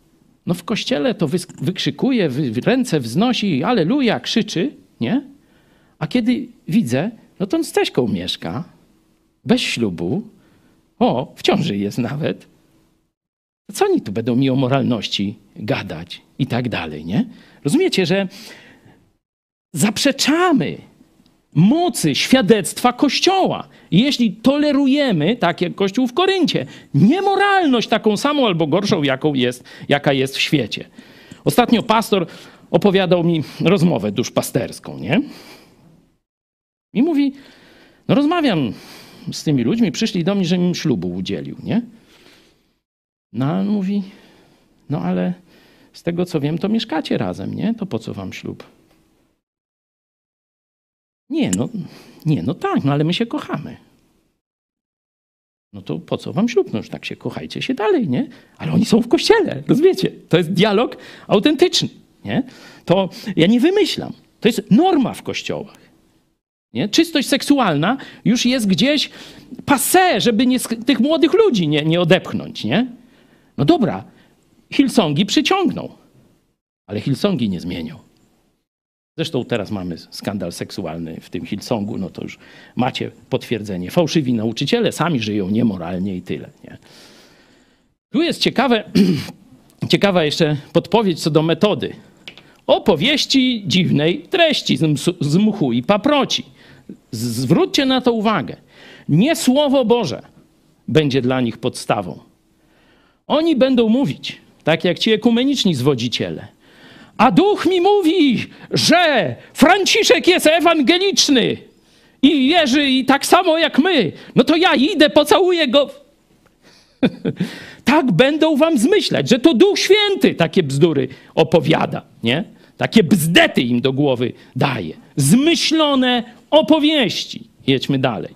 no w kościele to wykrzykuje, ręce wznosi, alleluja, krzyczy, nie? A kiedy widzę, no to on z Teśką mieszka, bez ślubu, w ciąży jest nawet. Co oni tu będą mi o moralności gadać i tak dalej, nie? Rozumiecie, że zaprzeczamy mocy świadectwa Kościoła. Jeśli tolerujemy, tak jak Kościół w Koryncie, niemoralność taką samą albo gorszą, jaka jest w świecie. Ostatnio pastor opowiadał mi rozmowę duszpasterską, nie? I mówi, no rozmawiam z tymi ludźmi, przyszli do mnie, żebym im ślubu udzielił, nie? No on mówi, no ale z tego co wiem, to mieszkacie razem, nie? To po co wam ślub? No tak, no ale my się kochamy. No to po co wam ślub? No już tak się kochajcie się dalej, nie? Ale oni są w kościele, rozumiecie? To jest dialog autentyczny, nie? To ja nie wymyślam. To jest norma w kościołach. Nie? Czystość seksualna już jest gdzieś passé, żeby tych młodych ludzi nie odepchnąć, nie? No dobra, Hillsongi przyciągną, ale Hillsongi nie zmienią. Zresztą teraz mamy skandal seksualny w tym Hillsongu, no to już macie potwierdzenie. Fałszywi nauczyciele sami żyją niemoralnie i tyle, nie? Tu jest ciekawa jeszcze podpowiedź co do metody. Opowieści dziwnej treści z mchu i paproci. Zwróćcie na to uwagę. Nie Słowo Boże będzie dla nich podstawą. Oni będą mówić, tak jak ci ekumeniczni zwodziciele. A duch mi mówi, że Franciszek jest ewangeliczny i wierzy i tak samo jak my. No to ja idę, pocałuję go. Tak będą wam zmyślać, że to Duch Święty takie bzdury opowiada, nie? Takie bzdety im do głowy daje. Zmyślone opowieści. Jedźmy dalej.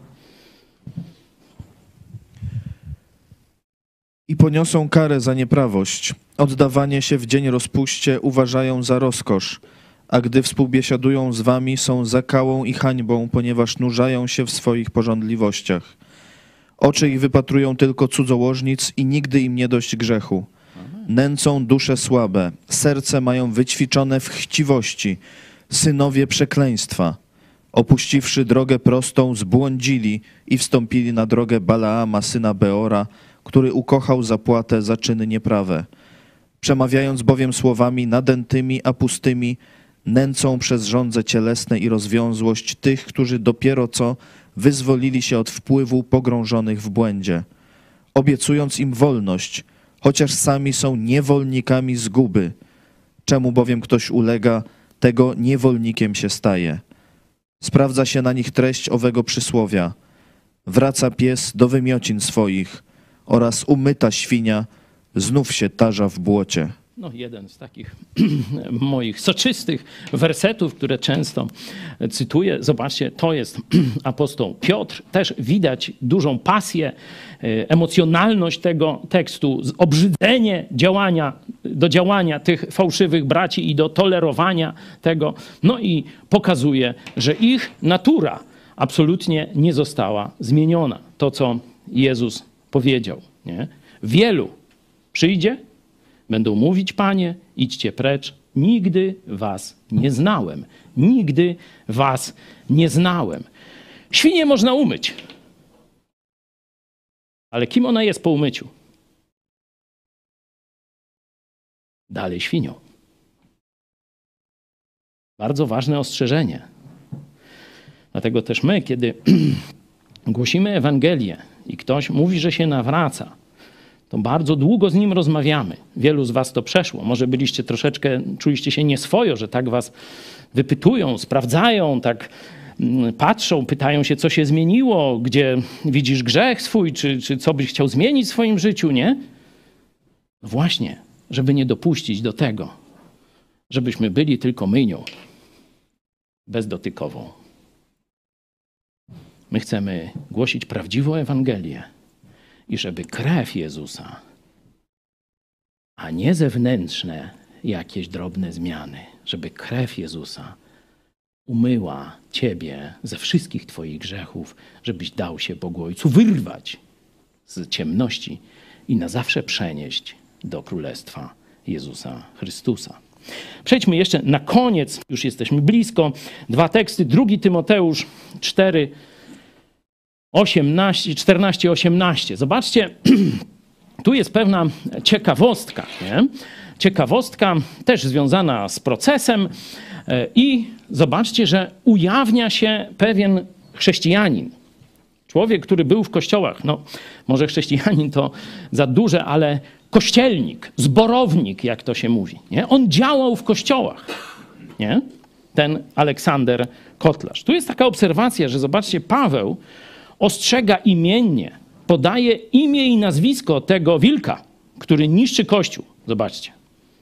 I poniosą karę za nieprawość. Oddawanie się w dzień rozpuście uważają za rozkosz, a gdy współbiesiadują z wami, są zakałą i hańbą, ponieważ nurzają się w swoich pożądliwościach. Oczy ich wypatrują tylko cudzołożnic i nigdy im nie dość grzechu. Nęcą dusze słabe, serce mają wyćwiczone w chciwości, synowie przekleństwa. Opuściwszy drogę prostą, zbłądzili i wstąpili na drogę Balaama, syna Beora, który ukochał zapłatę za czyny nieprawe. Przemawiając bowiem słowami nadętymi, a pustymi, nęcą przez żądze cielesne i rozwiązłość tych, którzy dopiero co wyzwolili się od wpływu pogrążonych w błędzie. Obiecując im wolność, chociaż sami są niewolnikami zguby. Czemu bowiem ktoś ulega, tego niewolnikiem się staje. Sprawdza się na nich treść owego przysłowia. Wraca pies do wymiocin swoich oraz umyta świnia znów się tarza w błocie. No, jeden z takich moich soczystych wersetów, które często cytuję. Zobaczcie, to jest apostoł Piotr. Też widać dużą pasję, emocjonalność tego tekstu, obrzydzenie do działania tych fałszywych braci i do tolerowania tego. No i pokazuje, że ich natura absolutnie nie została zmieniona. To, co Jezus powiedział, nie? Wielu przyjdzie, będą mówić, Panie, idźcie precz, nigdy was nie znałem. Nigdy was nie znałem. Świnię można umyć. Ale kim ona jest po umyciu? Dalej świnią. Bardzo ważne ostrzeżenie. Dlatego też my, kiedy głosimy Ewangelię i ktoś mówi, że się nawraca, to bardzo długo z nim rozmawiamy. Wielu z was to przeszło. Może byliście troszeczkę, czuliście się nieswojo, że tak was wypytują, sprawdzają, tak patrzą, pytają się, co się zmieniło, gdzie widzisz grzech swój, czy co byś chciał zmienić w swoim życiu, nie? No właśnie, żeby nie dopuścić do tego, żebyśmy byli tylko myjnią, bezdotykową. My chcemy głosić prawdziwą Ewangelię i żeby krew Jezusa, a nie zewnętrzne jakieś drobne zmiany, żeby krew Jezusa umyła ciebie ze wszystkich twoich grzechów, żebyś dał się Bogu Ojcu wyrwać z ciemności i na zawsze przenieść do Królestwa Jezusa Chrystusa. Przejdźmy jeszcze na koniec, już jesteśmy blisko, 2 teksty. 2 Tymoteusz 4, 14, 18. Zobaczcie, tu jest pewna ciekawostka, nie? Ciekawostka też związana z procesem i zobaczcie, że ujawnia się pewien chrześcijanin. Człowiek, który był w kościołach, no może chrześcijanin to za duże, ale kościelnik, zborownik, jak to się mówi. Nie? On działał w kościołach, nie? Ten Aleksander Kotlarz. Tu jest taka obserwacja, że zobaczcie, Paweł ostrzega imiennie, podaje imię i nazwisko tego wilka, który niszczy Kościół. Zobaczcie.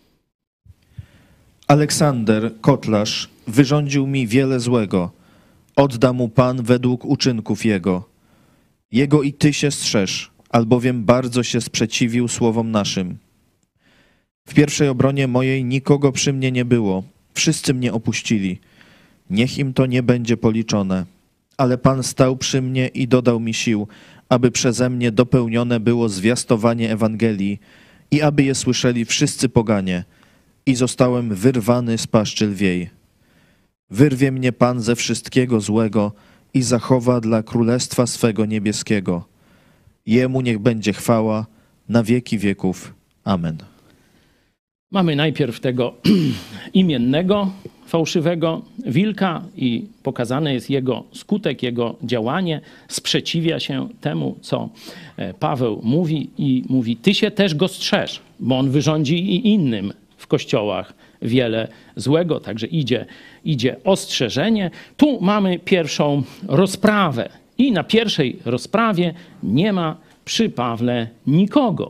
Aleksander, kotlarz, wyrządził mi wiele złego. Odda mu Pan według uczynków jego. Jego i ty się strzeż, albowiem bardzo się sprzeciwił słowom naszym. W pierwszej obronie mojej nikogo przy mnie nie było. Wszyscy mnie opuścili. Niech im to nie będzie policzone. Ale Pan stał przy mnie i dodał mi sił, aby przeze mnie dopełnione było zwiastowanie Ewangelii i aby je słyszeli wszyscy poganie. I zostałem wyrwany z paszczy lwiej. Wyrwie mnie Pan ze wszystkiego złego i zachowa dla królestwa swego niebieskiego. Jemu niech będzie chwała na wieki wieków. Amen. Mamy najpierw tego imiennego, fałszywego wilka i pokazany jest jego skutek, jego działanie. Sprzeciwia się temu, co Paweł mówi i mówi, ty się też go strzeż, bo on wyrządzi i innym w kościołach wiele złego, także idzie ostrzeżenie. Tu mamy pierwszą rozprawę i na pierwszej rozprawie nie ma przy Pawle nikogo.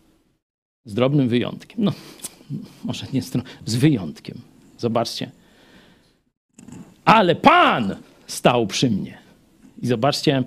Z drobnym wyjątkiem. No, może nie z wyjątkiem. Zobaczcie. Ale Pan stał przy mnie. I zobaczcie,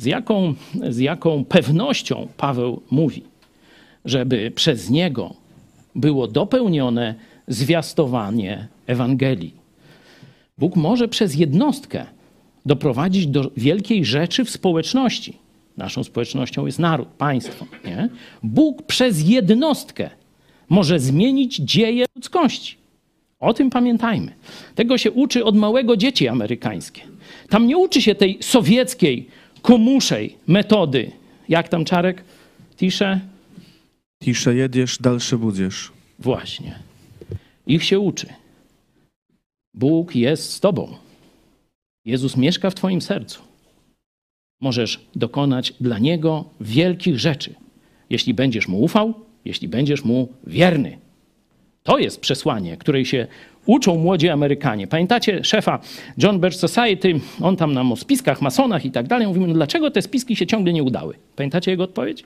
z jaką pewnością Paweł mówi, żeby przez niego było dopełnione zwiastowanie Ewangelii. Bóg może przez jednostkę doprowadzić do wielkiej rzeczy w społeczności. Naszą społecznością jest naród, państwo. Nie? Bóg przez jednostkę może zmienić dzieje ludzkości. O tym pamiętajmy. Tego się uczy od małego dzieci amerykańskie. Tam nie uczy się tej sowieckiej, komuszej metody. Jak tam, Czarek? Tisze? Tisze jedziesz, dalsze budziesz. Właśnie. Ich się uczy. Bóg jest z tobą. Jezus mieszka w twoim sercu. Możesz dokonać dla Niego wielkich rzeczy, jeśli będziesz Mu ufał, jeśli będziesz Mu wierny. To jest przesłanie, której się uczą młodzi Amerykanie. Pamiętacie szefa John Birch Society? On tam nam o spiskach, masonach i tak dalej. Mówimy, no dlaczego te spiski się ciągle nie udały? Pamiętacie jego odpowiedź?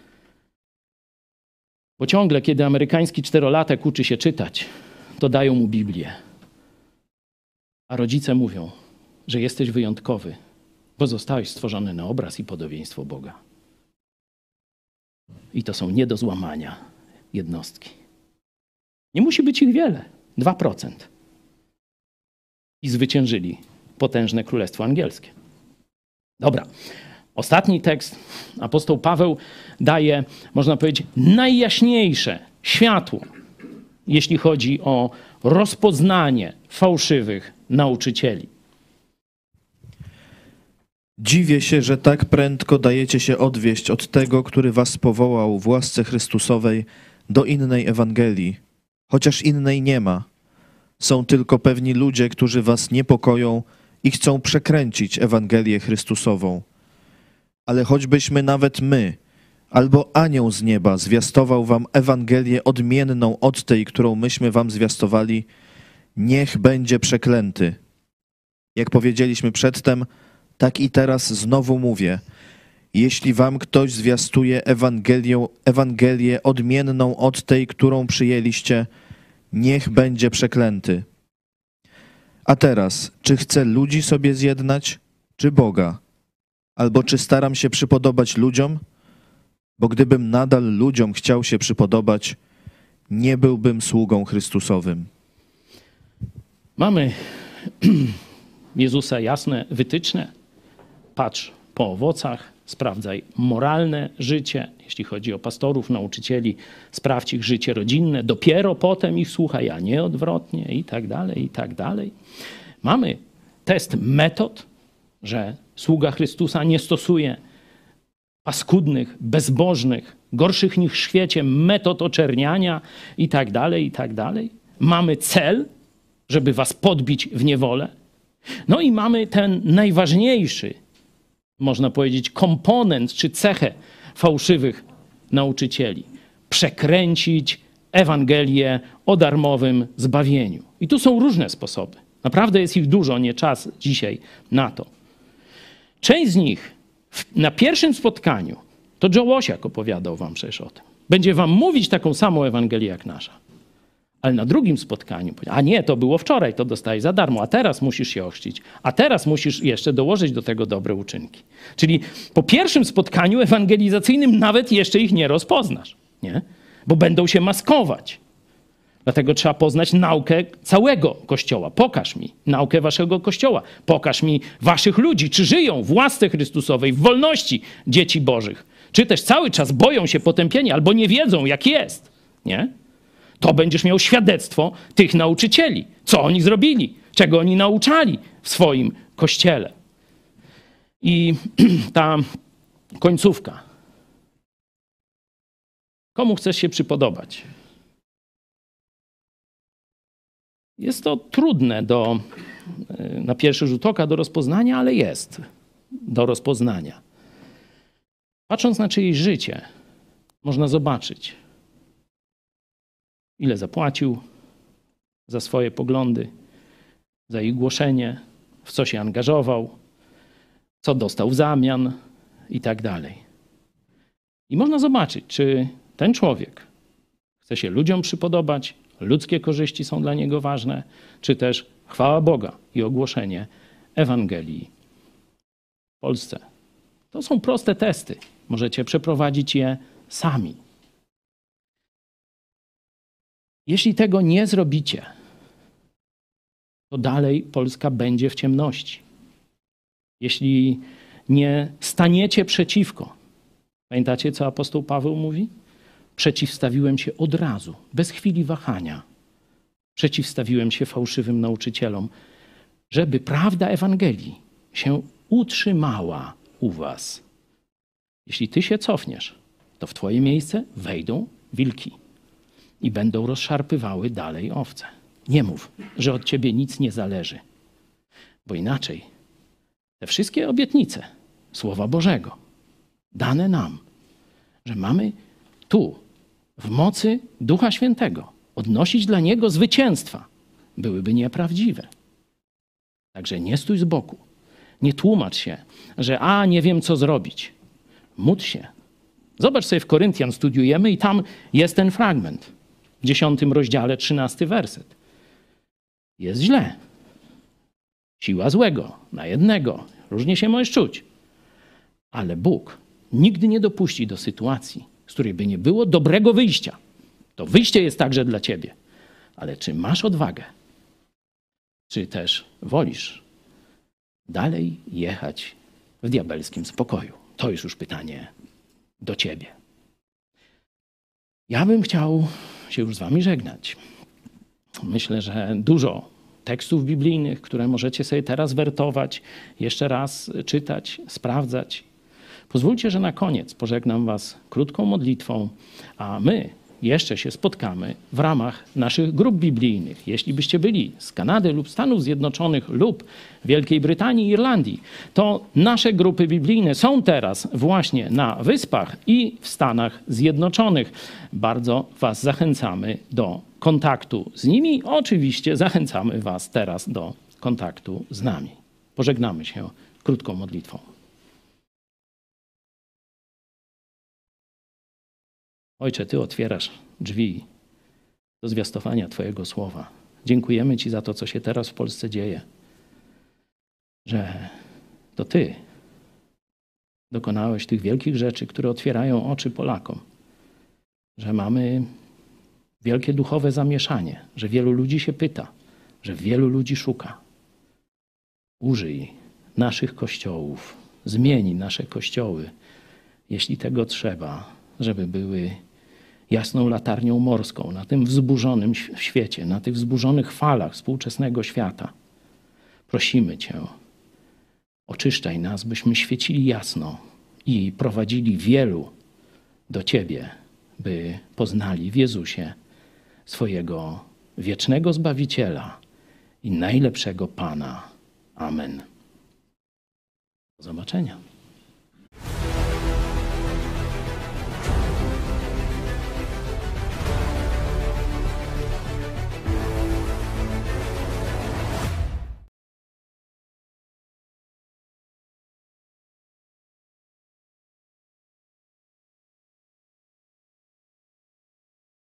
Bo ciągle, kiedy amerykański 4-latek uczy się czytać, to dają mu Biblię. A rodzice mówią, że jesteś wyjątkowy, bo zostałeś stworzony na obraz i podobieństwo Boga. I to są nie do złamania jednostki. Nie musi być ich wiele. 2%. I zwyciężyli potężne Królestwo Angielskie. Dobra. Ostatni tekst. Apostoł Paweł daje, można powiedzieć, najjaśniejsze światło, jeśli chodzi o rozpoznanie fałszywych nauczycieli. Dziwię się, że tak prędko dajecie się odwieść od tego, który was powołał w łasce Chrystusowej do innej Ewangelii, chociaż innej nie ma. Są tylko pewni ludzie, którzy was niepokoją i chcą przekręcić Ewangelię Chrystusową. Ale choćbyśmy nawet my, albo anioł z nieba zwiastował wam Ewangelię odmienną od tej, którą myśmy wam zwiastowali, niech będzie przeklęty. Jak powiedzieliśmy przedtem, tak i teraz znowu mówię, jeśli wam ktoś zwiastuje Ewangelię odmienną od tej, którą przyjęliście, niech będzie przeklęty. A teraz, czy chcę ludzi sobie zjednać, czy Boga? Albo czy staram się przypodobać ludziom? Bo gdybym nadal ludziom chciał się przypodobać, nie byłbym sługą Chrystusowym. Mamy Jezusa jasne wytyczne. Patrz po owocach, sprawdzaj moralne życie. Jeśli chodzi o pastorów, nauczycieli, sprawdź ich życie rodzinne, dopiero potem ich słuchaj, a nie odwrotnie i tak dalej, i tak dalej. Mamy test metod, że sługa Chrystusa nie stosuje paskudnych, bezbożnych, gorszych niż w świecie metod oczerniania i tak dalej, i tak dalej. Mamy cel, żeby was podbić w niewolę. No i mamy ten najważniejszy, można powiedzieć, komponent czy cechę fałszywych nauczycieli. Przekręcić Ewangelię o darmowym zbawieniu. I tu są różne sposoby. Naprawdę jest ich dużo, nie czas dzisiaj na to. Część z nich na pierwszym spotkaniu, to Joe Łosiak opowiadał wam przecież o tym, będzie wam mówić taką samą Ewangelię jak nasza. Ale na drugim spotkaniu, a nie, to było wczoraj, to dostajesz za darmo, a teraz musisz się ochrzcić, a teraz musisz jeszcze dołożyć do tego dobre uczynki. Czyli po pierwszym spotkaniu ewangelizacyjnym nawet jeszcze ich nie rozpoznasz, nie? Bo będą się maskować. Dlatego trzeba poznać naukę całego Kościoła. Pokaż mi naukę waszego Kościoła. Pokaż mi waszych ludzi, czy żyją w łasce Chrystusowej, w wolności dzieci Bożych. Czy też cały czas boją się potępienia albo nie wiedzą, jak jest, nie? To będziesz miał świadectwo tych nauczycieli. Co oni zrobili, czego oni nauczali w swoim Kościele. I ta końcówka. Komu chcesz się przypodobać? Jest to trudne na pierwszy rzut oka do rozpoznania, ale jest do rozpoznania. Patrząc na czyjeś życie, można zobaczyć, ile zapłacił za swoje poglądy, za ich głoszenie, w co się angażował, co dostał w zamian i tak dalej. I można zobaczyć, czy ten człowiek chce się ludziom przypodobać, ludzkie korzyści są dla niego ważne, czy też chwała Boga i ogłoszenie Ewangelii w Polsce. To są proste testy. Możecie przeprowadzić je sami. Jeśli tego nie zrobicie, to dalej Polska będzie w ciemności. Jeśli nie staniecie przeciwko, pamiętacie, co apostoł Paweł mówi? Przeciwstawiłem się od razu, bez chwili wahania. Przeciwstawiłem się fałszywym nauczycielom, żeby prawda Ewangelii się utrzymała u was. Jeśli ty się cofniesz, to w twoje miejsce wejdą wilki i będą rozszarpywały dalej owce. Nie mów, że od ciebie nic nie zależy, bo inaczej te wszystkie obietnice Słowa Bożego dane nam, że mamy tu w mocy Ducha Świętego odnosić dla Niego zwycięstwa, byłyby nieprawdziwe. Także nie stój z boku. Nie tłumacz się, że nie wiem co zrobić. Módl się. Zobacz sobie w Koryntian, studiujemy i tam jest ten fragment. W 10 rozdziale, 13 werset. Jest źle. Siła złego na jednego. Różnie się możesz czuć. Ale Bóg nigdy nie dopuści do sytuacji, z której by nie było dobrego wyjścia. To wyjście jest także dla ciebie. Ale czy masz odwagę? Czy też wolisz dalej jechać w diabelskim spokoju? To jest już pytanie do ciebie. Ja bym chciał się już z wami żegnać. Myślę, że dużo tekstów biblijnych, które możecie sobie teraz wertować, jeszcze raz czytać, sprawdzać. Pozwólcie, że na koniec pożegnam was krótką modlitwą, a my jeszcze się spotkamy w ramach naszych grup biblijnych. Jeśli byście byli z Kanady lub Stanów Zjednoczonych lub Wielkiej Brytanii i Irlandii, to nasze grupy biblijne są teraz właśnie na Wyspach i w Stanach Zjednoczonych. Bardzo was zachęcamy do kontaktu z nimi. Oczywiście zachęcamy was teraz do kontaktu z nami. Pożegnamy się krótką modlitwą. Ojcze, Ty otwierasz drzwi do zwiastowania Twojego słowa. Dziękujemy Ci za to, co się teraz w Polsce dzieje. Że to Ty dokonałeś tych wielkich rzeczy, które otwierają oczy Polakom. Że mamy wielkie duchowe zamieszanie, że wielu ludzi się pyta, że wielu ludzi szuka. Użyj naszych kościołów zmień nasze kościoły, jeśli tego trzeba, żeby były jasną latarnią morską na tym wzburzonym świecie, na tych wzburzonych falach współczesnego świata. Prosimy Cię, oczyszczaj nas, byśmy świecili jasno i prowadzili wielu do Ciebie, by poznali w Jezusie swojego wiecznego Zbawiciela i najlepszego Pana. Amen. Do zobaczenia.